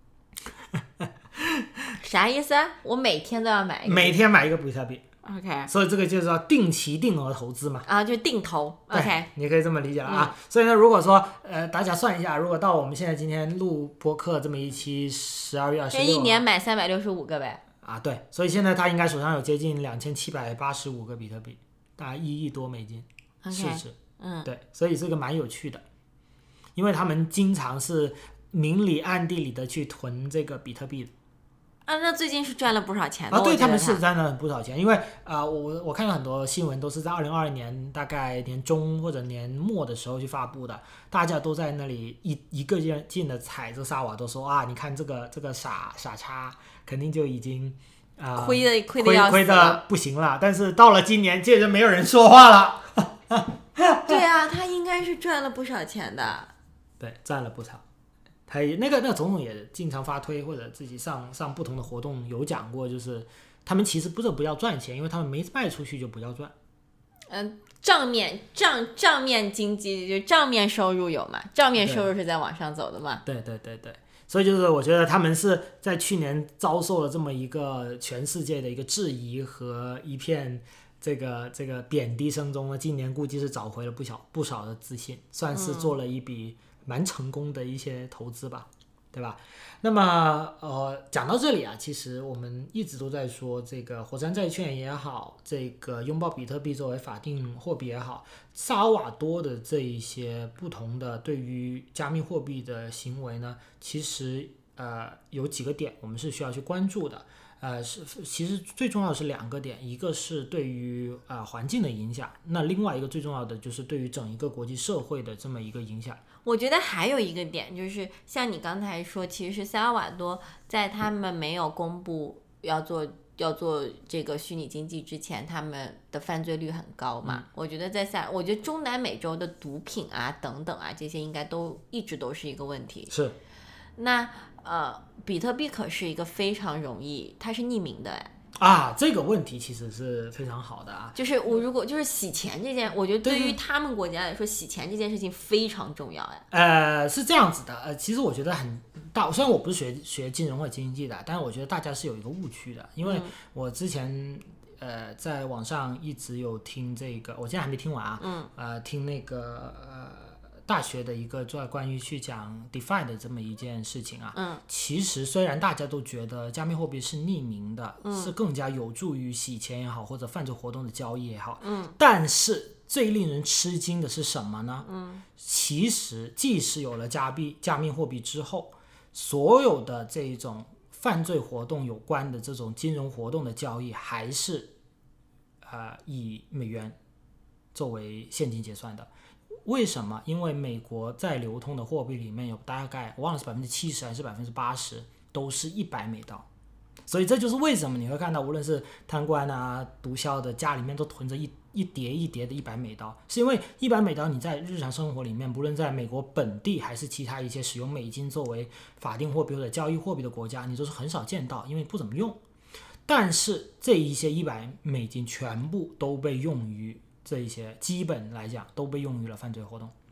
S1: 啥意思啊？我每天都要买一个，
S2: 每天买一个比特币。
S1: OK，
S2: 所以这个就叫定期定额投资嘛。
S1: 啊，就定投。OK，
S2: 你可以这么理解了啊。
S1: 嗯、
S2: 所以呢，如果说呃，大家算一下，如果到我们现在今天录播客这么一期十二月二十六，
S1: 一年买三百六十五个呗。
S2: 啊，对，所以现在他应该手上有接近两千七百八十五个比特币，大概一亿多美金市值。
S1: 嗯，
S2: 对，所以这个蛮有趣的。因为他们经常是明里暗地里的去囤这个比特币的
S1: 啊，那最近是赚了不少钱的
S2: 啊，对，
S1: 他
S2: 们是赚了不少钱，因为啊、呃，我我看到很多新闻都是在二零二二年大概年中或者年末的时候去发布的，大家都在那里一一个劲的踩着萨瓦多说啊，你看这个这个傻傻叉肯定就已经啊、呃、
S1: 亏的亏的
S2: 要死了，亏的不行了，但是到了今年，接着没有人说话了。
S1: 对啊，他应该是赚了不少钱的。
S2: 对，赚了不少。他那个那个总统也经常发推或者自己上上不同的活动有讲过，就是他们其实不是不要赚钱，因为他们没卖出去就不要赚。
S1: 嗯、呃，账面账账面经济就账面收入有嘛，账面收入是在往上走的嘛。
S2: 对对对对，所以就是我觉得他们是在去年遭受了这么一个全世界的一个质疑和一片这个这个贬低声中呢，今年估计是找回了不少不少的自信，算是做了一笔、嗯。蛮成功的一些投资吧，对吧？那么呃，讲到这里啊，其实我们一直都在说这个火山债券也好，这个拥抱比特币作为法定货币也好，萨尔瓦多的这一些不同的对于加密货币的行为呢，其实呃有几个点我们是需要去关注的。呃，是其实最重要的是两个点，一个是对于呃环境的影响，那另外一个最重要的就是对于整一个国际社会的这么一个影响。
S1: 我觉得还有一个点就是像你刚才说，其实萨尔瓦多在他们没有公布要做要做这个虚拟经济之前，他们的犯罪率很高嘛。嗯、我觉得在萨，我觉得中南美洲的毒品啊等等啊这些应该都一直都是一个问题。
S2: 是。
S1: 那呃，比特币可是一个非常容易，它是匿名的哎。
S2: 啊，这个问题其实是非常好的啊。
S1: 就是我如果就是洗钱这件，我觉得对于他们国家来说，洗钱这件事情非常重要哎。
S2: 呃，是这样子的，呃，其实我觉得很大，虽然我不是学学金融或经济的，但是我觉得大家是有一个误区的，因为我之前呃在网上一直有听这个，我现在还没听完啊，嗯，呃，听那个呃。大学的一个做关于去讲 DeFi 的这么一件事情啊，
S1: 嗯，
S2: 其实虽然大家都觉得加密货币是匿名的，嗯，是更加有助于洗钱也好，或者犯罪活动的交易也好，
S1: 嗯，
S2: 但是最令人吃惊的是什么呢？
S1: 嗯，
S2: 其实即使有了加币加密货币之后，所有的这种犯罪活动有关的这种金融活动的交易，还是呃以美元作为现金结算的。为什么？因为美国在流通的货币里面有大概我忘了是百分之七十还是百分之八十都是一百美刀，所以这就是为什么你会看到无论是贪官啊、毒枭的家里面都囤着一一叠一叠的一百美刀，是因为一百美刀你在日常生活里面，不论在美国本地还是其他一些使用美金作为法定货币或者交易货币的国家，你都是很少见到，因为不怎么用。但是这一些一百美金全部都被用于这一些基本来讲都被用于了犯罪活动，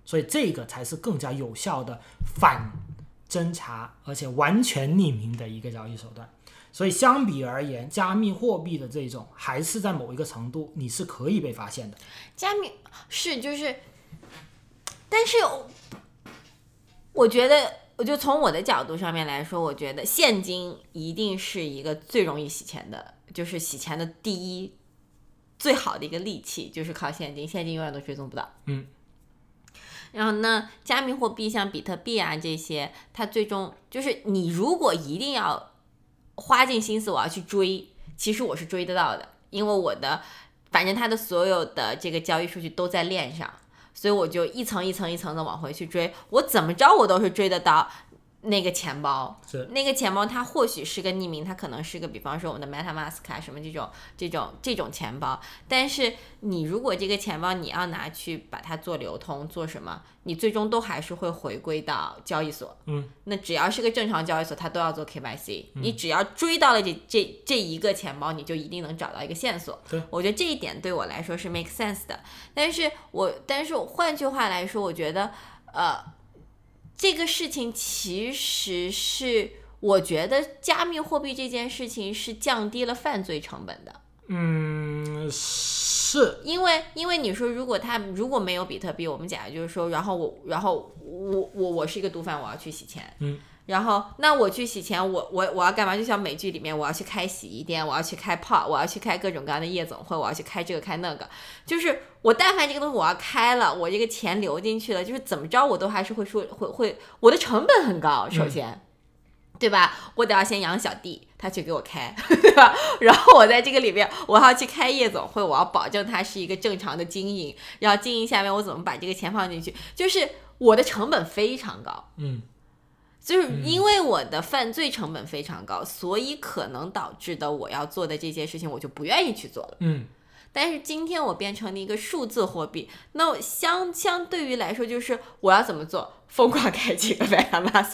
S2: 所以这个才是更加有效的反侦查而且完全匿名的一个交易手段。所以相比而言，加密货币的这种还是在某一个程度你是可以被发现的。
S1: 加密是就是，但是我觉得，我就从我的角度上面来说，我觉得现金一定是一个最容易洗钱的，就是洗钱的第一最好的一个利器，就是靠现金，现金永远都追踪不到。
S2: 嗯。
S1: 然后呢，加密货币像比特币啊这些，它最终就是你如果一定要花尽心思我要去追，其实我是追得到的，因为我的反正它的所有的这个交易数据都在链上，所以我就一层一层一层的往回去追，我怎么着我都是追得到那个钱包。那个钱包它或许是个匿名，它可能是个比方说我们的 MetaMask 啊什么这种这种这种钱包，但是你如果这个钱包你要拿去把它做流通做什么，你最终都还是会回归到交易所。
S2: 嗯，
S1: 那只要是个正常交易所它都要做 K Y C、嗯、你只要追到了这这这一个钱包，你就一定能找到一个线索。
S2: 对，
S1: 我觉得这一点对我来说是 make sense 的。但是我但是换句话来说，我觉得呃这个事情其实是，我觉得加密货币这件事情是降低了犯罪成本的。
S2: 嗯，是
S1: 因为因为你说如果他如果没有比特币，我们假如就是说，然后我然后我我我是一个毒贩，我要去洗钱，
S2: 嗯，
S1: 然后那我去洗钱，我我我要干嘛？就像美剧里面，我要去开洗衣店，我要去开炮，我要去开各种各样的夜总会，我要去开这个开那个，就是我但凡这个东西我要开了，我这个钱流进去了，就是怎么着我都还是会说会会我的成本很高，首先。嗯，对吧？我得要先养小弟，他去给我开，对吧？然后我在这个里面，我要去开夜总会，我要保证它是一个正常的经营，然后经营下面我怎么把这个钱放进去，就是我的成本非常高。
S2: 嗯，
S1: 就是因为我的犯罪成本非常高，所以可能导致的我要做的这些事情，我就不愿意去做了。
S2: 嗯。
S1: 但是今天我变成了一个数字货币，那相相对于来说，就是我要怎么做？疯狂开几个 MetaMask，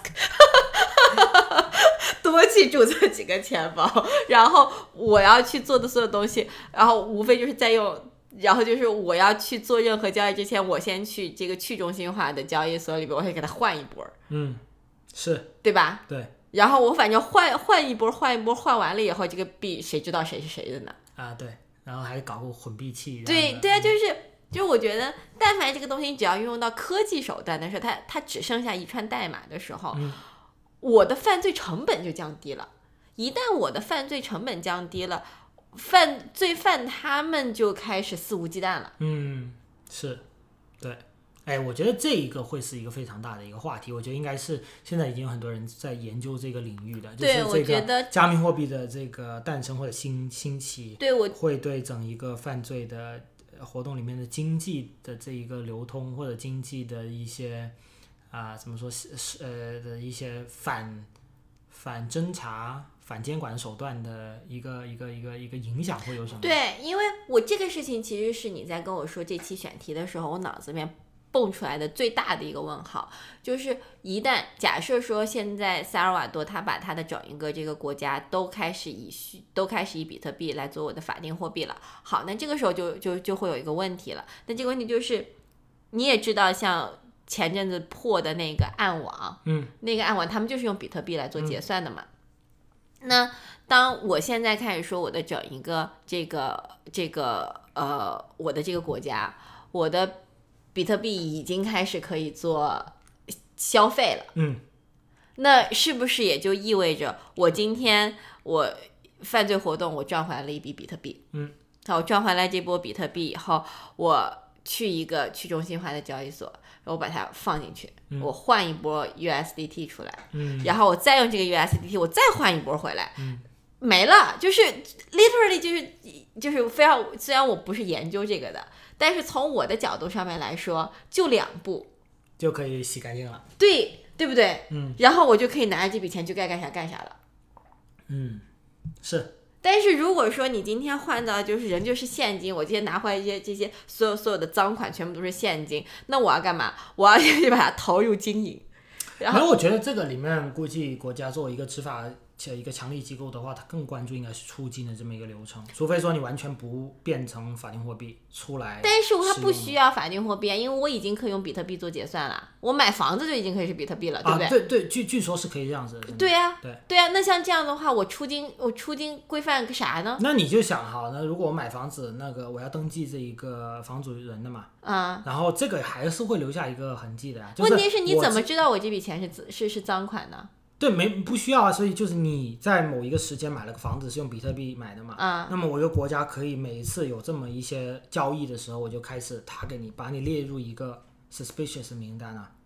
S1: 多去注册几个钱包，然后我要去做的所有东西，然后无非就是在用，然后就是我要去做任何交易之前，我先去这个去中心化的交易所里边，我先给它换一波。
S2: 嗯，是，
S1: 对吧？
S2: 对。
S1: 然后我反正换换一波，换一波，换完了以后，这个币谁知道谁是谁的呢？
S2: 啊，对。然后还搞个混币器。
S1: 对对啊，就是就是我觉得，但凡这个东西只要运用到科技手段的时候，它它只剩下一串代码的时候，
S2: 嗯，
S1: 我的犯罪成本就降低了。一旦我的犯罪成本降低了，犯罪犯他们就开始肆无忌惮了。
S2: 嗯，是，对。哎，我觉得这一个会是一个非常大的一个话题。我觉得应该是现在已经有很多人在研究这个领域的，就是这个加密货币的这个诞生或者兴兴起，
S1: 对，我
S2: 会对整一个犯罪的活动里面的经济的这一个流通或者经济的一些啊、呃、怎么说呃的一些反反侦查、反监管手段的一个一个一个一个影响会有什么？
S1: 对，因为我这个事情其实是你在跟我说这期选题的时候，我脑子里面蹦出来的最大的一个问号，就是一旦假设说现在萨尔瓦多他把他的整一个这个国家都开始以都开始以比特币来做我的法定货币了，好，那这个时候就就就会有一个问题了。那这个问题就是，你也知道，像前阵子破的那个暗网，
S2: 嗯，
S1: 那个暗网他们就是用比特币来做结算的嘛。嗯、那当我现在开始说我的整一个这个这个呃我的这个国家，我的比特币已经开始可以做消费了，
S2: 嗯，
S1: 那是不是也就意味着我今天我犯罪活动我赚回来了一笔比特币，
S2: 嗯，
S1: 好，我赚回来这波比特币以后，我去一个去中心化的交易所，然后我把它放进去，
S2: 嗯、
S1: 我换一波 U S D T 出来，
S2: 嗯，
S1: 然后我再用这个 U S D T 我再换一波回来，
S2: 嗯，
S1: 没了，就是 literally 就是就是非常，虽然我不是研究这个的，但是从我的角度上面来说，就两步
S2: 就可以洗干净了，
S1: 对对不对？
S2: 嗯，
S1: 然后我就可以拿着这笔钱就该干啥干啥了。
S2: 嗯，是。
S1: 但是如果说你今天换到就是人就是现金，我今天拿回来这些这些所有所有的赃款全部都是现金，那我要干嘛？我要去把它投入经营。然后
S2: 我觉得这个里面估计国家作为一个执法一个强力机构的话，它更关注应该是出金的这么一个流程，除非说你完全不变成法定货币出来。
S1: 但是它不需要法定货币啊，因为我已经可以用比特币做结算了，我买房子就已经可以是比特币了，对不对？
S2: 啊、对对，据据说是可以这样子的。
S1: 对呀、啊，
S2: 对
S1: 对呀、啊，那像这样的话，我出金我出金规范个啥呢？
S2: 那你就想好，那如果我买房子，那个我要登记这一个房主人的嘛，
S1: 啊、嗯，
S2: 然后这个还是会留下一个痕迹的呀、就是。
S1: 问题是你怎么知道我这笔钱是是是赃款呢？
S2: 对，没不需要啊，所以就是你在某一个时间买了个房子是用比特币买的嘛，
S1: 嗯，
S2: 那么我一个国家可以每一次有这么一些交易的时候，我就开始他给你把你列入一个 suspicious 名单啊。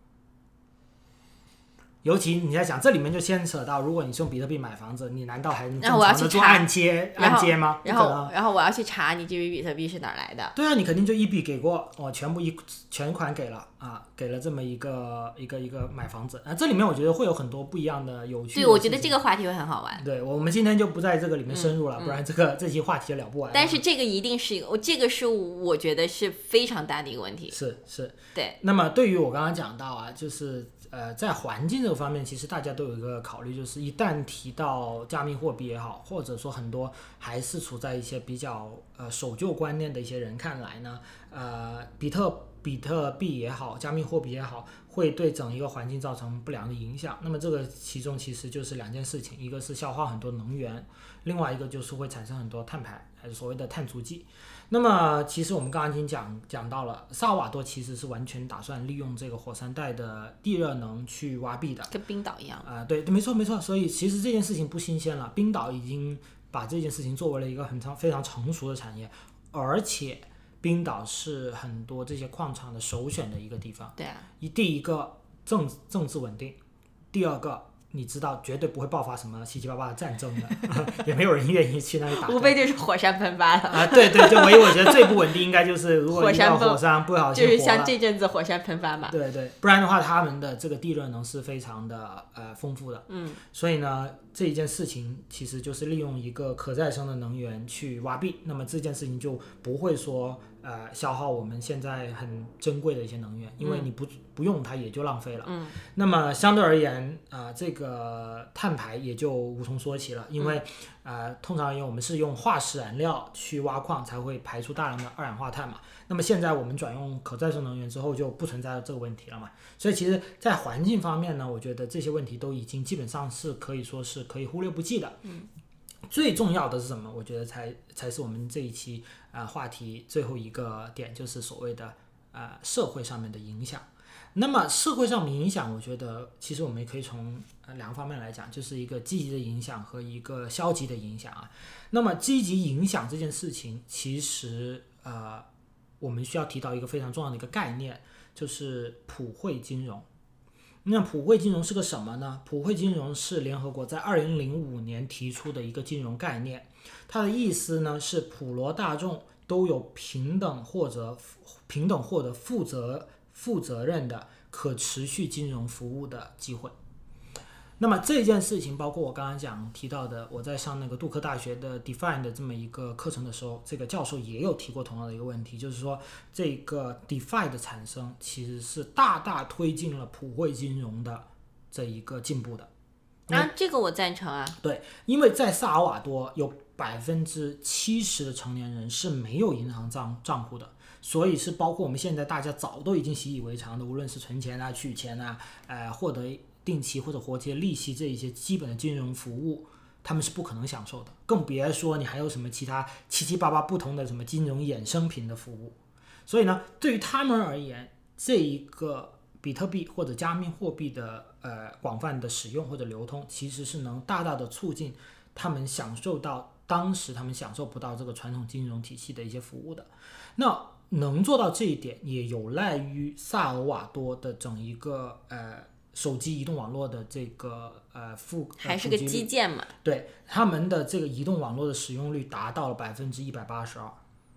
S2: 尤其你在想，这里面就牵扯到，如果你是用比特币买房子，你难道还能正常的做按揭按揭吗？
S1: 然后，然后我要去查你这笔比特币是哪来的？
S2: 对啊，你肯定就一笔给过，哦，全部一全款给了啊，给了这么一个一个一个买房子啊，这里面我觉得会有很多不一样的有趣的。
S1: 对，我觉得这个话题会很好玩。
S2: 对，我们今天就不在这个里面深入了，
S1: 嗯、
S2: 不然这个、嗯、这期话题就聊不完了。
S1: 但是这个一定是一个，这个是我觉得是非常大的一个问题。
S2: 是是，
S1: 对。
S2: 那么对于我刚刚讲到啊，就是呃，在环境这个方面，其实大家都有一个考虑，就是一旦提到加密货币也好，或者说很多还是处在一些比较呃守旧观念的一些人看来呢，呃，比特比特币也好，加密货币也好，会对整一个环境造成不良的影响。那么这个其中其实就是两件事情，一个是消耗很多能源，另外一个就是会产生很多碳排，还是所谓的碳足迹。那么其实我们刚刚已经讲讲到了，萨尔瓦多其实是完全打算利用这个火山带的地热能去挖币的，
S1: 跟冰岛一样
S2: 啊、呃，对，没错没错。所以其实这件事情不新鲜了，冰岛已经把这件事情作为了一个很长非常成熟的产业，而且冰岛是很多这些矿场的首选的一个地方。
S1: 对啊，
S2: 第一个政政治稳定，第二个你知道绝对不会爆发什么七七八八的战争的，也没有人愿意去那里打。
S1: 无非就是火山喷发了
S2: 啊，对对，就唯一我觉得最不稳定应该就是如果遇到火山不小心
S1: 就是像这阵子火山喷发嘛。
S2: 对对，不然的话他们的这个地热能是非常的呃丰富的。
S1: 嗯，
S2: 所以呢这一件事情其实就是利用一个可再生的能源去挖币，那么这件事情就不会说呃消耗我们现在很珍贵的一些能源，因为你不、嗯、不用它也就浪费了。
S1: 嗯，
S2: 那么相对而言啊、呃，这个碳排也就无从说起了，因为、嗯、呃通常而言我们是用化石燃料去挖矿才会排出大量的二氧化碳嘛。那么现在我们转用可再生能源之后就不存在这个问题了嘛。所以其实在环境方面呢，我觉得这些问题都已经基本上是可以说是可以忽略不计的。
S1: 嗯，
S2: 最重要的是什么？我觉得才才是我们这一期啊、呃、话题最后一个点，就是所谓的呃社会上面的影响。那么社会上面影响，我觉得其实我们也可以从呃两个方面来讲，就是一个积极的影响和一个消极的影响啊。那么积极影响这件事情，其实呃我们需要提到一个非常重要的一个概念，就是普惠金融。那普惠金融是个什么呢？普惠金融是联合国在二零零五年提出的一个金融概念，它的意思呢是普罗大众都有平等或者平等获得负责负责任的可持续金融服务的机会。那么这件事情包括我刚刚讲提到的，我在上那个杜克大学的 Define 的这么一个课程的时候，这个教授也有提过同样的一个问题，就是说这个 Define 的产生其实是大大推进了普惠金融的这一个进步的。
S1: 啊，这个我赞成啊。
S2: 对，因为在萨尔瓦多有百分之七十的成年人是没有银行账账户的，所以是包括我们现在大家早都已经习以为常的，无论是存钱啊、取钱啊、呃获得定期或者活期利息这一些基本的金融服务，他们是不可能享受的，更别说你还有什么其他七七八八不同的什么金融衍生品的服务。所以呢，对于他们而言，这一个比特币或者加密货币的呃广泛的使用或者流通，其实是能大大的促进他们享受到当时他们享受不到这个传统金融体系的一些服务的。那能做到这一点，也有赖于萨尔瓦多的整一个呃手机移动网络的这个呃覆
S1: 还是个基建嘛？
S2: 对，他们的这个移动网络的使用率达到了百分之一百八十二。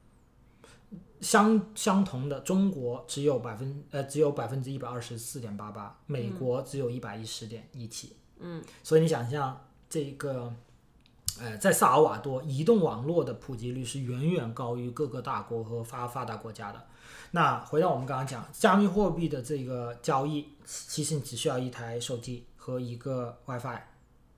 S2: 相相同的，中国只有百分呃只有百分之一百二十四点八八，美国只有一百一十点一七。
S1: 嗯，
S2: 所以你想象这个呃在萨尔瓦多移动网络的普及率是远远高于各个大国和发发达国家的。那回到我们刚刚讲加密货币的这个交易，其实你只需要一台手机和一个 WiFi，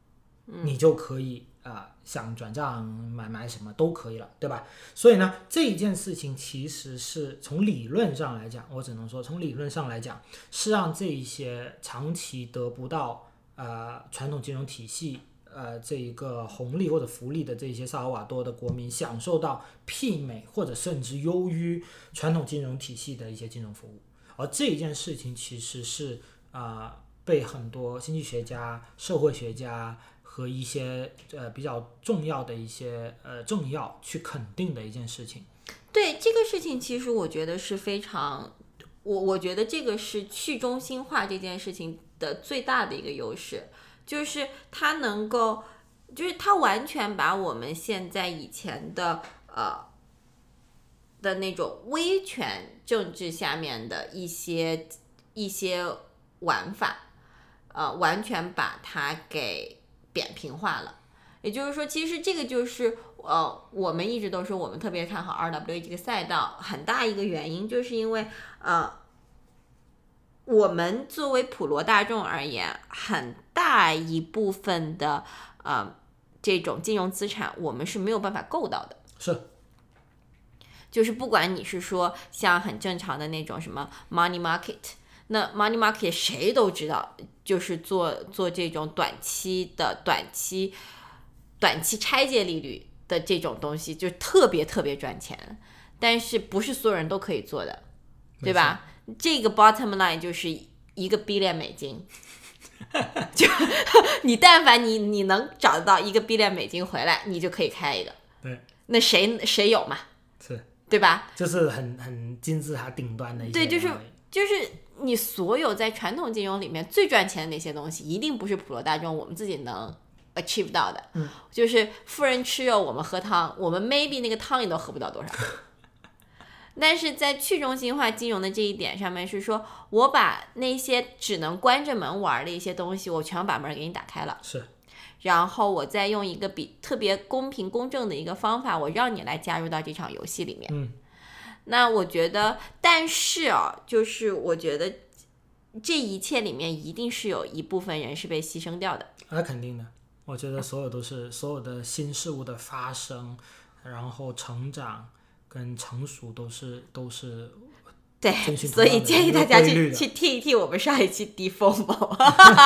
S2: 你就可以呃想转账买买什么都可以了，对吧？所以呢，这一件事情其实是从理论上来讲，我只能说从理论上来讲，是让这一些长期得不到呃传统金融体系呃这一个红利或者福利的这些萨尔瓦多的国民享受到媲美或者甚至优于传统金融体系的一些金融服务。而这一件事情其实是啊、呃、被很多经济学家、社会学家和一些呃比较重要的一些呃政要去肯定的一件事情。
S1: 对这个事情，其实我觉得是非常，我我觉得这个是去中心化这件事情的最大的一个优势，就是它能够，就是它完全把我们现在以前的呃的那种威权政治下面的一些一些玩法，呃，完全把它给扁平化了。也就是说，其实这个就是呃，我们一直都说我们特别看好 R W A 这个赛道，很大一个原因就是因为呃，我们作为普罗大众而言，很大一部分的呃这种金融资产，我们是没有办法够到的。
S2: 是。
S1: 就是不管你是说像很正常的那种什么 money market， 那 money market 谁都知道，就是做做这种短期的短期短期拆借利率的这种东西，就特别特别赚钱，但是不是所有人都可以做的，对吧？这个 bottom line 就是一个 billion 美金，就你但凡你你能找得到一个 billion 美金回来，你就可以开一个。
S2: 对，
S1: 那谁谁有嘛？
S2: 是。
S1: 对吧？
S2: 就是很很金字塔顶端的一些。
S1: 对，就是就是你所有在传统金融里面最赚钱的那些东西，一定不是普罗大众我们自己能 achieve 到的。
S2: 嗯，
S1: 就是富人吃肉，我们喝汤，我们 maybe 那个汤也都喝不到多少。但是在去中心化金融的这一点上面，是说我把那些只能关着门玩的一些东西，我全部把门给你打开了。
S2: 是。
S1: 然后我再用一个比特别公平公正的一个方法，我让你来加入到这场游戏里面。
S2: 嗯，
S1: 那我觉得，但是啊，就是我觉得这一切里面一定是有一部分人是被牺牲掉的。
S2: 那肯定的，我觉得所有都是所有的新事物的发生，然后成长跟成熟都是都是。
S1: 对，所以建议大家去去听一听我们上一期 deFOMO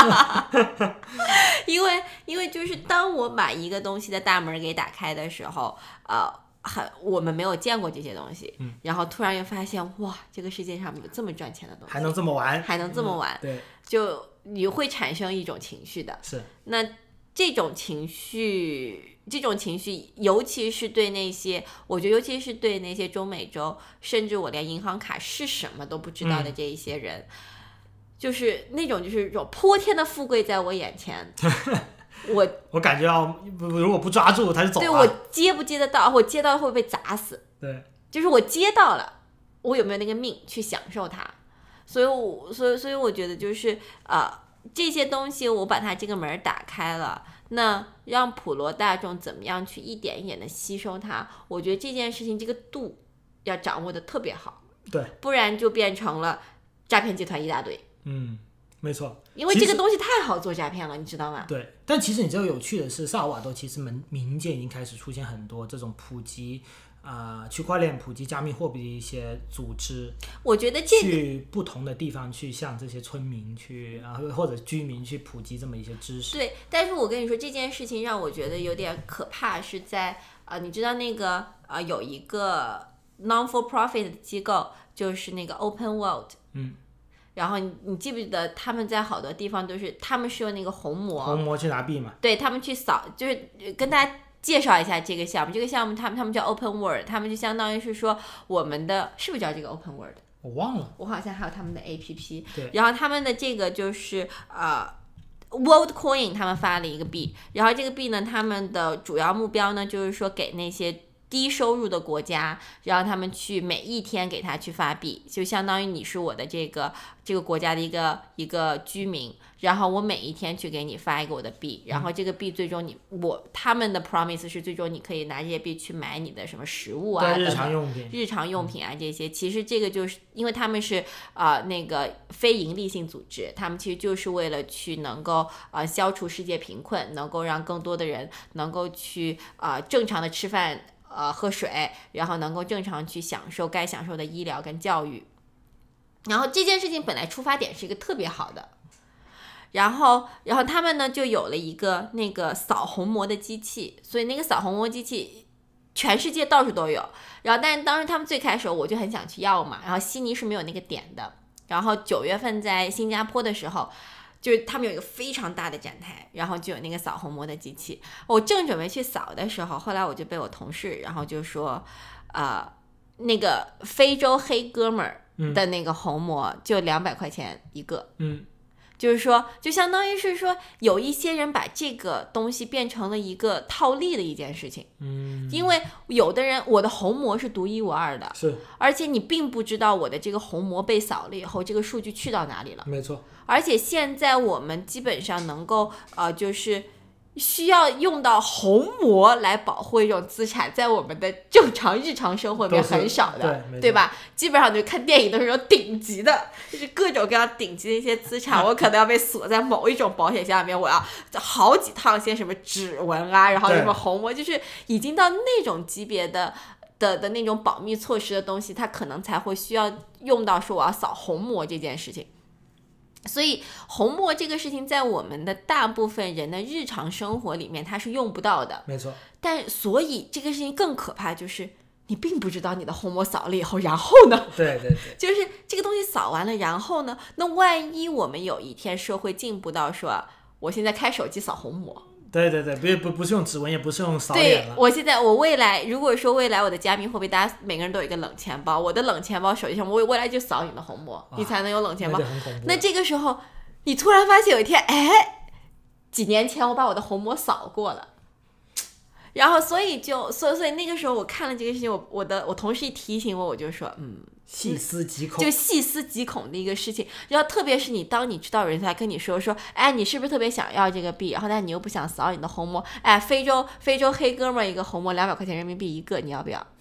S1: 因为因为就是当我把一个东西的大门给打开的时候，呃，很我们没有见过这些东西，
S2: 嗯，
S1: 然后突然又发现哇，这个世界上有这么赚钱的东西，
S2: 还能这么玩，
S1: 还能这么玩，
S2: 嗯、对，
S1: 就你会产生一种情绪的，
S2: 是
S1: 那这种情绪。这种情绪，尤其是对那些，我觉得尤其是对那些中美洲，甚至我连银行卡是什么都不知道的这一些人，嗯、就是那种就是种泼天的富贵在我眼前，我
S2: 我感觉要如果不抓住他就走了，
S1: 对我接不接得到，我接到会被砸死，
S2: 对，
S1: 就是我接到了，我有没有那个命去享受它？所以我，所以，所以我觉得就是呃，这些东西我把它这个门打开了。那让普罗大众怎么样去一点一点的吸收它？我觉得这件事情这个度要掌握的特别好，
S2: 对，
S1: 不然就变成了诈骗集团一大堆。
S2: 嗯，没错，
S1: 因为这个东西太好做诈骗了，你知道吗？
S2: 对，但其实你知道有趣的是，萨尔瓦多其实民民间已经开始出现很多这种普及。啊、呃，区块链普及加密货币的一些组织，
S1: 我觉得这
S2: 去不同的地方去向这些村民去啊、呃、或者居民去普及这么一些知识。
S1: 对，但是我跟你说这件事情让我觉得有点可怕，是在呃，你知道那个呃有一个 non-for-profit 的机构，就是那个 Open World，
S2: 嗯，
S1: 然后你你记不记得他们在好多地方都是他们是用那个虹膜，
S2: 虹膜去拿币嘛？
S1: 对，他们去扫，就是跟大家。介绍一下这个项目，这个项目他们他们叫 Open World， 他们就相当于是说我们的是不是叫这个 Open World？
S2: 我忘了，
S1: 我好像还有他们的 A P P。
S2: 对，
S1: 然后他们的这个就是呃 World Coin， 他们发了一个币，然后这个币呢，他们的主要目标呢就是说给那些低收入的国家，让他们去每一天给他去发币，就相当于你是我的这个这个国家的一个一个居民，然后我每一天去给你发一个我的币，然后这个币最终你我他们的 promise 是最终你可以拿这些币去买你的什么食物啊，
S2: 日常用品
S1: 日常用品啊这些。其实这个就是因为他们是呃那个非盈利性组织，他们其实就是为了去能够呃消除世界贫困，能够让更多的人能够去呃正常的吃饭。呃，喝水，然后能够正常去享受该享受的医疗跟教育，然后这件事情本来出发点是一个特别好的，然后，然后他们呢就有了一个那个扫虹膜的机器，所以那个扫虹膜机器全世界到处都有，然后但是当时他们最开始我就很想去要嘛，然后悉尼是没有那个点的，然后九月份在新加坡的时候。就是他们有一个非常大的展台，然后就有那个扫虹膜的机器。我正准备去扫的时候，后来我就被我同事，然后就说，呃，那个非洲黑哥们儿的那个虹膜就两百块钱一个。
S2: 嗯，
S1: 就是说，就相当于是说，有一些人把这个东西变成了一个套利的一件事情。
S2: 嗯，
S1: 因为有的人，我的虹膜是独一无二的，
S2: 是，
S1: 而且你并不知道我的这个虹膜被扫了以后，这个数据去到哪里了。
S2: 没错。
S1: 而且现在我们基本上能够呃，就是需要用到虹膜来保护一种资产，在我们的正常日常生活里面很少的， 对, 对吧？基本上就看电影都是那种顶级的，就是各种各样顶级的一些资产，我可能要被锁在某一种保险箱里面，我要好几趟些什么指纹啊，然后什么虹膜，就是已经到那种级别的。的的那种保密措施的东西，它可能才会需要用到说我要扫虹膜这件事情。所以虹膜这个事情在我们的大部分人的日常生活里面它是用不到的，
S2: 没错。
S1: 但所以这个事情更可怕，就是你并不知道你的虹膜扫了以后然后呢，
S2: 对对对，
S1: 就是这个东西扫完了然后呢，那万一我们有一天社会进步到说我现在开手机扫虹膜，
S2: 对对对，不不不是用指纹，也不是用扫脸了。
S1: 对，我现在我未来如果说未来我的加密货币，大家每个人都有一个冷钱包，我的冷钱包手机上我未来就扫你的虹膜，你才能有冷钱包。
S2: 那,
S1: 那这个时候你突然发现有一天，哎，几年前我把我的虹膜扫过了，然后所以就所以所以那个时候我看了这个事情，我我的我同事一提醒我，我就说嗯。
S2: 细思极恐，
S1: 就细思极恐的一个事情。然后特别是你当你知道人来跟你说说，哎，你是不是特别想要这个币？然后但你又不想扫你的虹膜，哎，非洲非洲黑哥们儿一个虹膜两百块钱人民币一个，你要不要？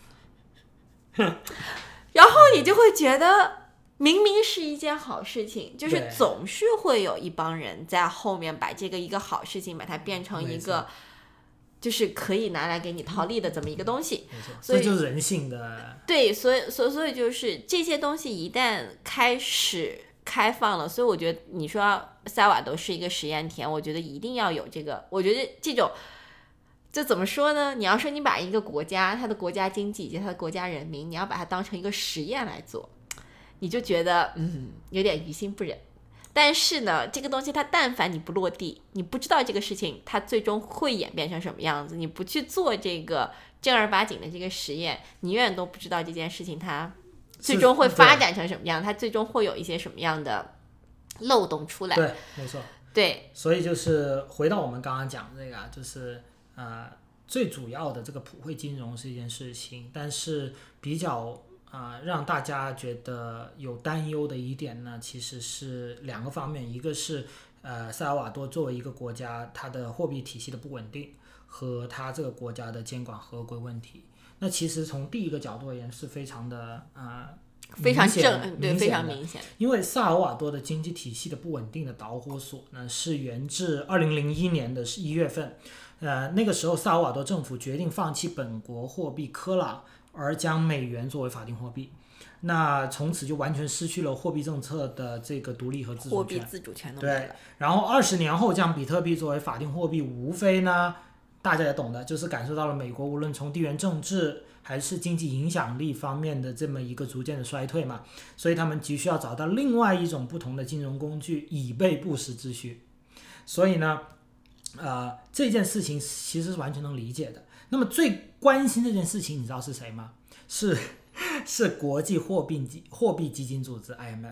S1: 然后你就会觉得明明是一件好事情，就是总是会有一帮人在后面把这个一个好事情把它变成一个。就是可以拿来给你套利的这么一个东西，
S2: 所以这就是人性的。
S1: 对，所以所以所以就是这些东西一旦开始开放了，所以我觉得你说萨瓦多是一个实验田，我觉得一定要有这个。我觉得这种就怎么说呢？你要说你把一个国家它的国家经济以及它的国家人民，你要把它当成一个实验来做，你就觉得嗯有点于心不忍。但是呢，这个东西它但凡你不落地，你不知道这个事情它最终会演变成什么样子，你不去做这个正儿八经的这个实验，你永远都不知道这件事情它最终会发展成什么样，它最终会有一些什么样的漏洞出来。
S2: 对，没错。
S1: 对，
S2: 所以就是回到我们刚刚讲的这个，就是呃，最主要的这个普惠金融是一件事情，但是比较。啊、呃，让大家觉得有担忧的一点呢，其实是两个方面，一个是呃，萨尔瓦多作为一个国家，它的货币体系的不稳定和它这个国家的监管合规问题。那其实从第一个角度而言是非常的呃，
S1: 非常正，对，非常明显。
S2: 因为萨尔瓦多的经济体系的不稳定的导火索呢，是源自二零零一年的一月份，呃，那个时候萨尔瓦多政府决定放弃本国货币科朗。而将美元作为法定货币，那从此就完全失去了货币政策的这个独立和自主权。
S1: 货币自主权都
S2: 没了。对，然后二十年后将比特币作为法定货币，无非呢，大家也懂的，就是感受到了美国无论从地缘政治还是经济影响力方面的这么一个逐渐的衰退嘛，所以他们急需要找到另外一种不同的金融工具，以备不时之需。所以呢，呃，这件事情其实是完全能理解的。那么最关心这件事情，你知道是谁吗？是是国际货币基货币基金组织 I M F。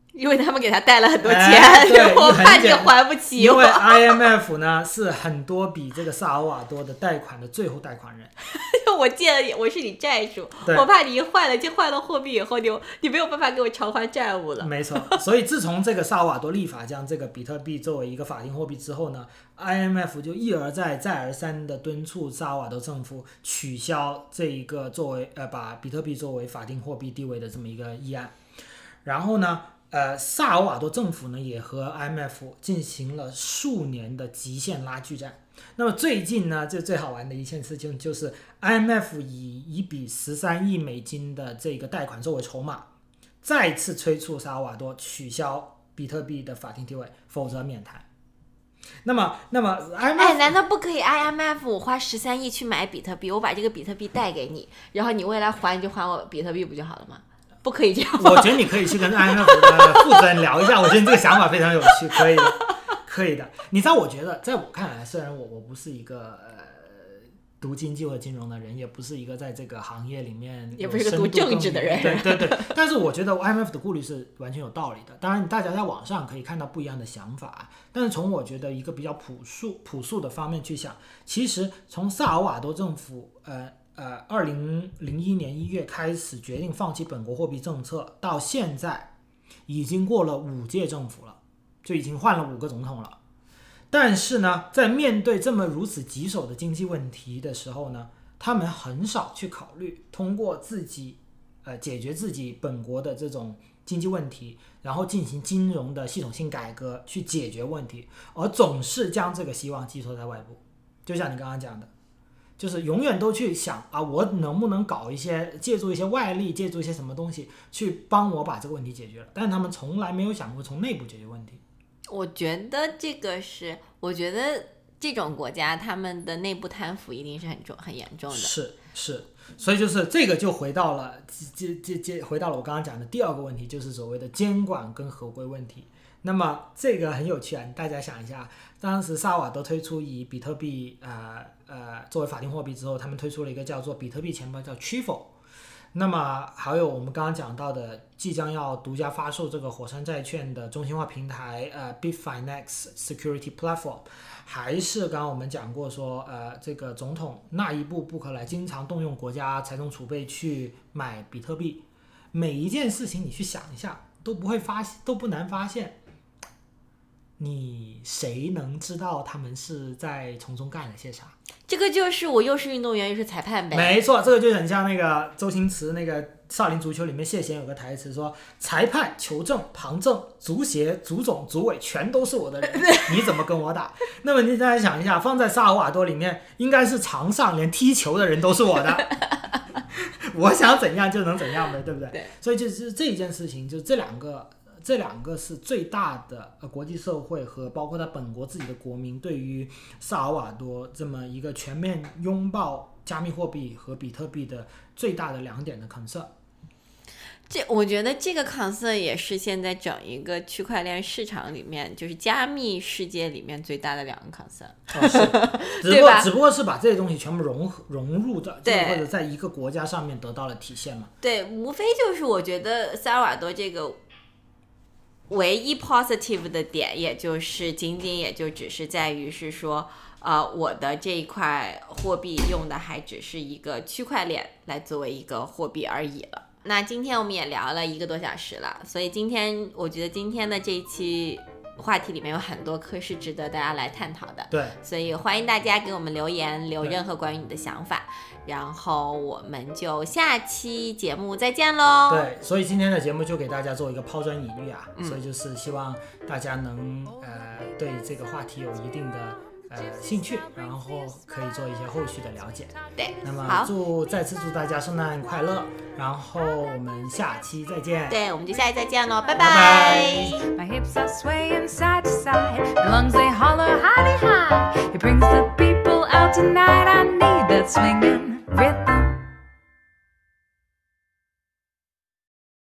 S1: 因为他们给他贷了很多钱、
S2: 哎、对
S1: 我怕你还不起。
S2: 因为 I M F 呢是很多笔这个萨尔瓦多的贷款的最后贷款人。
S1: 我借了你，我是你债主，我怕你一换了，就换了货币以后，你你没有办法给我偿还债务了。
S2: 没错，所以自从这个萨尔瓦多立法将这个比特币作为一个法定货币之后呢 ，I M F 就一而再、再而三的敦促萨尔瓦多政府取消这一个作为呃把比特币作为法定货币地位的这么一个议案。然后呢，呃，萨尔瓦多政府呢也和 I M F 进行了数年的极限拉锯战。那么最近呢，这最好玩的一件事情就是 I M F 以一笔十三亿美金的这个贷款作为筹码，再次催促萨尔瓦多取消比特币的法定地位，否则免谈。那么，那么 I M F
S1: 哎，难道不可以 I M F 我花十三亿去买比特币，我把这个比特币贷给你，然后你未来还你就还我比特币不就好了吗？不可以这样吗？
S2: 我觉得你可以去跟 I M F 的负责人聊一下，我觉得你这个想法非常有趣，可以的。可以的，你知道，我觉得，在我看来，虽然我我不是一个呃读经济或金融的人，也不是一个在这个行业里面，
S1: 也不是一个读政治的人，
S2: 对对对，但是我觉得 I M F 的顾虑是完全有道理的。当然，大家在网上可以看到不一样的想法，但是从我觉得一个比较朴素朴素的方面去想，其实从萨尔瓦多政府呃呃二零零一年一月开始决定放弃本国货币政策，到现在已经过了五届政府了。就已经换了五个总统了，但是呢，在面对这么如此棘手的经济问题的时候呢，他们很少去考虑通过自己呃解决自己本国的这种经济问题，然后进行金融的系统性改革去解决问题，而总是将这个希望寄托在外部。就像你刚刚讲的，就是永远都去想啊，我能不能搞一些借助一些外力，借助一些什么东西去帮我把这个问题解决了，但是他们从来没有想过从内部解决问题。
S1: 我觉得这个是，我觉得这种国家他们的内部贪腐一定是很重、很严重的。
S2: 是是，所以就是这个就回到了，接接接回到了我刚刚讲的第二个问题，就是所谓的监管跟合规问题。那么这个很有趣啊，大家想一下，当时萨尔瓦多推出以比特币呃呃作为法定货币之后，他们推出了一个叫做比特币钱包，叫 Chivo。那么还有我们刚刚讲到的即将要独家发售这个火山债券的中心化平台呃 Bitfinex Security Platform， 还是刚刚我们讲过说呃这个总统纳伊布布克莱经常动用国家财政储备去买比特币，每一件事情你去想一下都不会发都不难发现，你谁能知道他们是在从中干了些啥？
S1: 这个就是我又是运动员又是裁判呗。
S2: 没错，这个就很像那个周星驰那个少林足球里面谢贤有个台词说，裁判、球证、旁证、足协、足总、足委全都是我的人，你怎么跟我打？那么你大家想一下，放在萨尔瓦多里面应该是场上连踢球的人都是我的我想怎样就能怎样呗，对不对？
S1: 对，
S2: 所以就是这一件事情，就这两个这两个是最大的呃国际社会和包括他本国自己的国民对于萨尔瓦多这么一个全面拥抱加密货币和比特币的最大的两点的 concern。
S1: 这我觉得这个 concern 也是现在整一个区块链市场里面，就是加密世界里面最大的两个 concern。
S2: 哦、是只不过只不过是把这些东西全部融融入的，
S1: 对，
S2: 或者在一个国家上面得到了体现嘛。
S1: 对，无非就是我觉得萨尔瓦多这个唯一 positive 的点，也就是仅仅也就只是在于是说，呃，我的这一块货币用的还只是一个区块链来作为一个货币而已了。那今天我们也聊了一个多小时了，所以今天我觉得今天的这一期话题里面有很多课是值得大家来探讨的。
S2: 对，
S1: 所以欢迎大家给我们留言，留任何关于你的想法，然后我们就下期节目再见喽。
S2: 对，所以今天的节目就给大家做一个抛砖引玉啊、
S1: 嗯、
S2: 所以就是希望大家能呃对这个话题有一定的呃兴趣，然后可以做一些后续的了解。
S1: 对，
S2: 那么祝再次祝大家圣诞快乐，然后我们下期再见。
S1: 对，我们就下期再见喽，拜
S2: 拜。
S3: My hips are swaying side to side, my lungs they holler high high. It brings the people out tonight. I need that swinging rhythm.